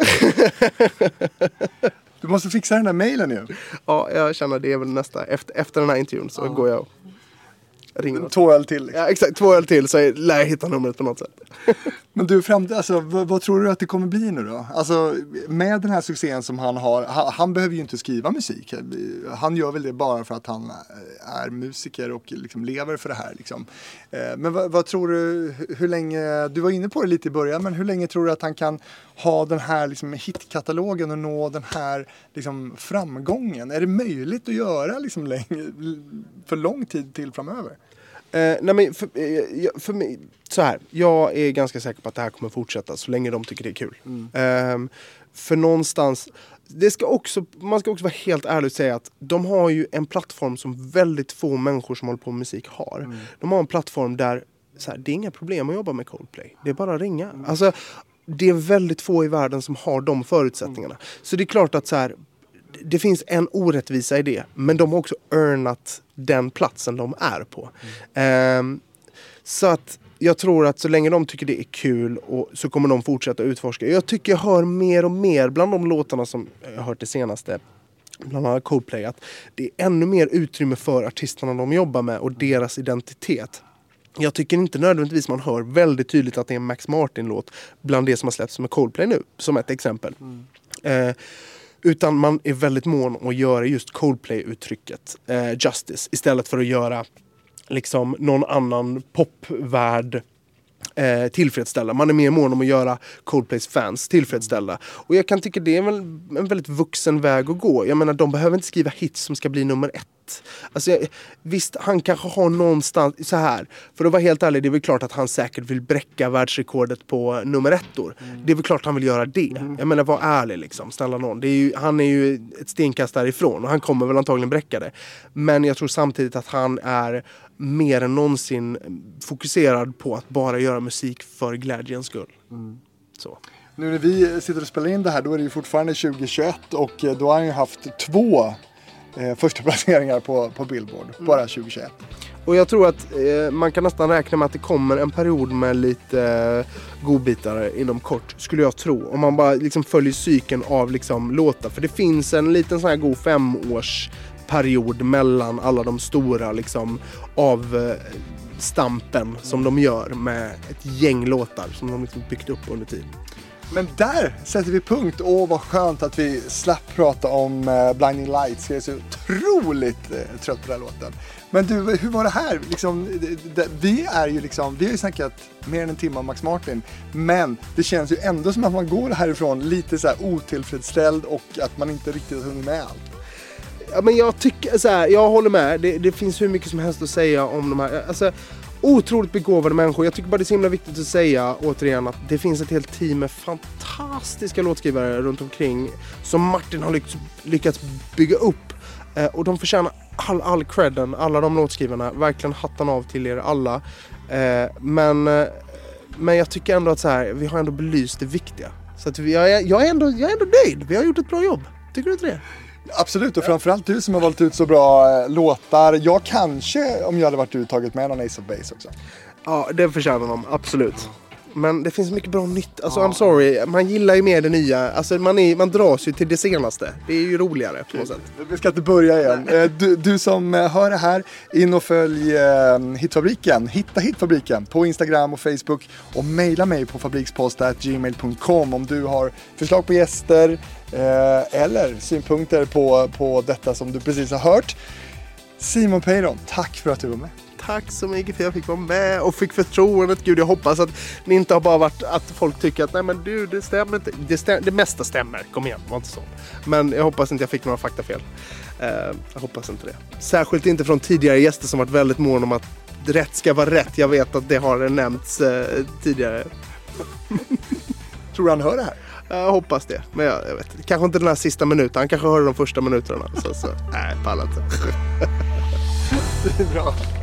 Du måste fixa den där mailen ju. Ja, jag känner det är väl nästa. Efter, efter den här intervjun så ja. går jag och ringer. Två öl till. Liksom. Ja, exakt. Två öl till, så jag lär jag hitta numret på något sätt. Men du, fram, alltså, vad, vad tror du att det kommer bli nu då? Alltså, med den här succén som han har, han, han behöver ju inte skriva musik. Han gör väl det bara för att han är musiker och liksom lever för det här. Liksom. Men vad, vad tror du, hur länge, du var inne på det lite i början, men hur länge tror du att han kan ha den här liksom, hitkatalogen och nå den här liksom, framgången? Är det möjligt att göra liksom, länge, för lång tid till framöver? Eh, nej men för, eh, för mig, så här, jag är ganska säker på att det här kommer fortsätta så länge de tycker det är kul. Mm. Eh, för någonstans, det ska också, man ska också vara helt ärlig och säga att de har ju en plattform som väldigt få människor som håller på med musik har. Mm. De har en plattform där så här, det är inga problem att jobba med Coldplay. Det är bara att ringa. Mm. Alltså, det är väldigt få i världen som har de förutsättningarna. Mm. Så det är klart att så här, det finns en orättvisa i det, men de har också earnat den platsen de är på. Mm. Um, så att jag tror att så länge de tycker det är kul och så kommer de fortsätta utforska. Jag tycker jag hör mer och mer bland de låtarna som jag har hört det senaste, bland annat Coldplay, att det är ännu mer utrymme för artisterna de jobbar med och deras identitet. Jag tycker inte nödvändigtvis man hör väldigt tydligt att det är en Max Martin-låt bland det som har släppts med Coldplay nu, som ett exempel. Mm. Uh, Utan man är väldigt mån om att göra just Coldplay-uttrycket eh, justice. Istället för att göra liksom någon annan popvärld eh, tillfredsställa. Man är mer mån om att göra Coldplays fans tillfredsställa. Och jag kan tycka det är väl en väldigt vuxen väg att gå. Jag menar, de behöver inte skriva hits som ska bli nummer ett. Alltså, jag, visst, han kanske har någonstans så här. För att vara helt ärlig, det är väl klart att han säkert vill bräcka världsrekordet på nummer ettor. Mm. Det är väl klart han vill göra det. Mm. Jag menar, var ärlig liksom, snälla någon. Det är ju, han är ju ett stenkast därifrån och han kommer väl antagligen bräcka det. Men jag tror samtidigt att han är mer än någonsin fokuserad på att bara göra musik för glädjens skull. Mm. Så. Nu när vi sitter och spelar in det här, då är det ju fortfarande tjugo tjugoett och då har han ju haft två Eh, första placeringar på, på Billboard, mm. bara tjugo tjugoett. Och jag tror att eh, man kan nästan räkna med att det kommer en period med lite eh, godbitare inom kort, skulle jag tro. Om man bara liksom följer cykeln av liksom låtar. För det finns en liten sån här god femårsperiod mellan alla de stora liksom av eh, stampen mm. som de gör med ett gäng låtar som de liksom byggt upp under tiden. Men där sätter vi punkt. Åh, vad skönt att vi slapp prata om uh, Blinding Lights. Jag är så otroligt eh, trött på den här låten. Men du, hur var det här? Liksom, det, det, vi är ju liksom, vi har ju snackat mer än en timme om Max Martin, men det känns ju ändå som att man går härifrån lite så här otillfredsställd och att man inte riktigt har hunnit med allt. Ja, men jag tycker så här, jag håller med. Det, det finns hur mycket som helst att säga om de här. Alltså, otroligt begåvade människor. Jag tycker bara det är så himla viktigt att säga återigen att det finns ett helt team med fantastiska låtskrivare runt omkring som Martin har lyckats, lyckats bygga upp. Eh, och de förtjänar all, all credden, alla de låtskrivarna. Verkligen hattan av till er alla. Eh, men, eh, men jag tycker ändå att så här, vi har ändå belyst det viktiga. Så att vi, jag, jag, är ändå, jag är ändå nöjd. Vi har gjort ett bra jobb. Tycker du inte det? Absolut, och framförallt du som har valt ut så bra eh, låtar. Jag kanske, om jag hade varit uttagit med någon Ace of Base också. Ja, det förtjänar de, absolut. Men det finns mycket bra nytt. Alltså, I'm sorry, man gillar ju mer det nya. Alltså, man, är, man dras ju till det senaste. Det är ju roligare på något sätt. Vi ska inte börja igen. Du, du som hör det här, in och följ eh, Hitfabriken. Hitta Hitfabriken på Instagram och Facebook. Och mejla mig på fabrikspost snabel-a gmail punkt com om du har förslag på gäster eh, eller synpunkter på, på detta som du precis har hört. Simon Peyron, tack för att du var med. Tack så mycket för att jag fick vara med och fick förtroendet. Gud, jag hoppas att det inte har bara varit att folk tycker att nej men du, det stämmer inte. Det, stäm- det mesta stämmer, kom igen, var inte så. Men jag hoppas inte jag fick några faktafel. Uh, jag hoppas inte det. Särskilt inte från tidigare gäster som varit väldigt mån om att rätt ska vara rätt. Jag vet att det har nämnts uh, tidigare. Tror du han hör det här? Jag hoppas det, men jag, jag vet inte. Kanske inte den här sista minuten. Han kanske hör de första minuterna. Så, så. Nej, pallar inte. Det är bra.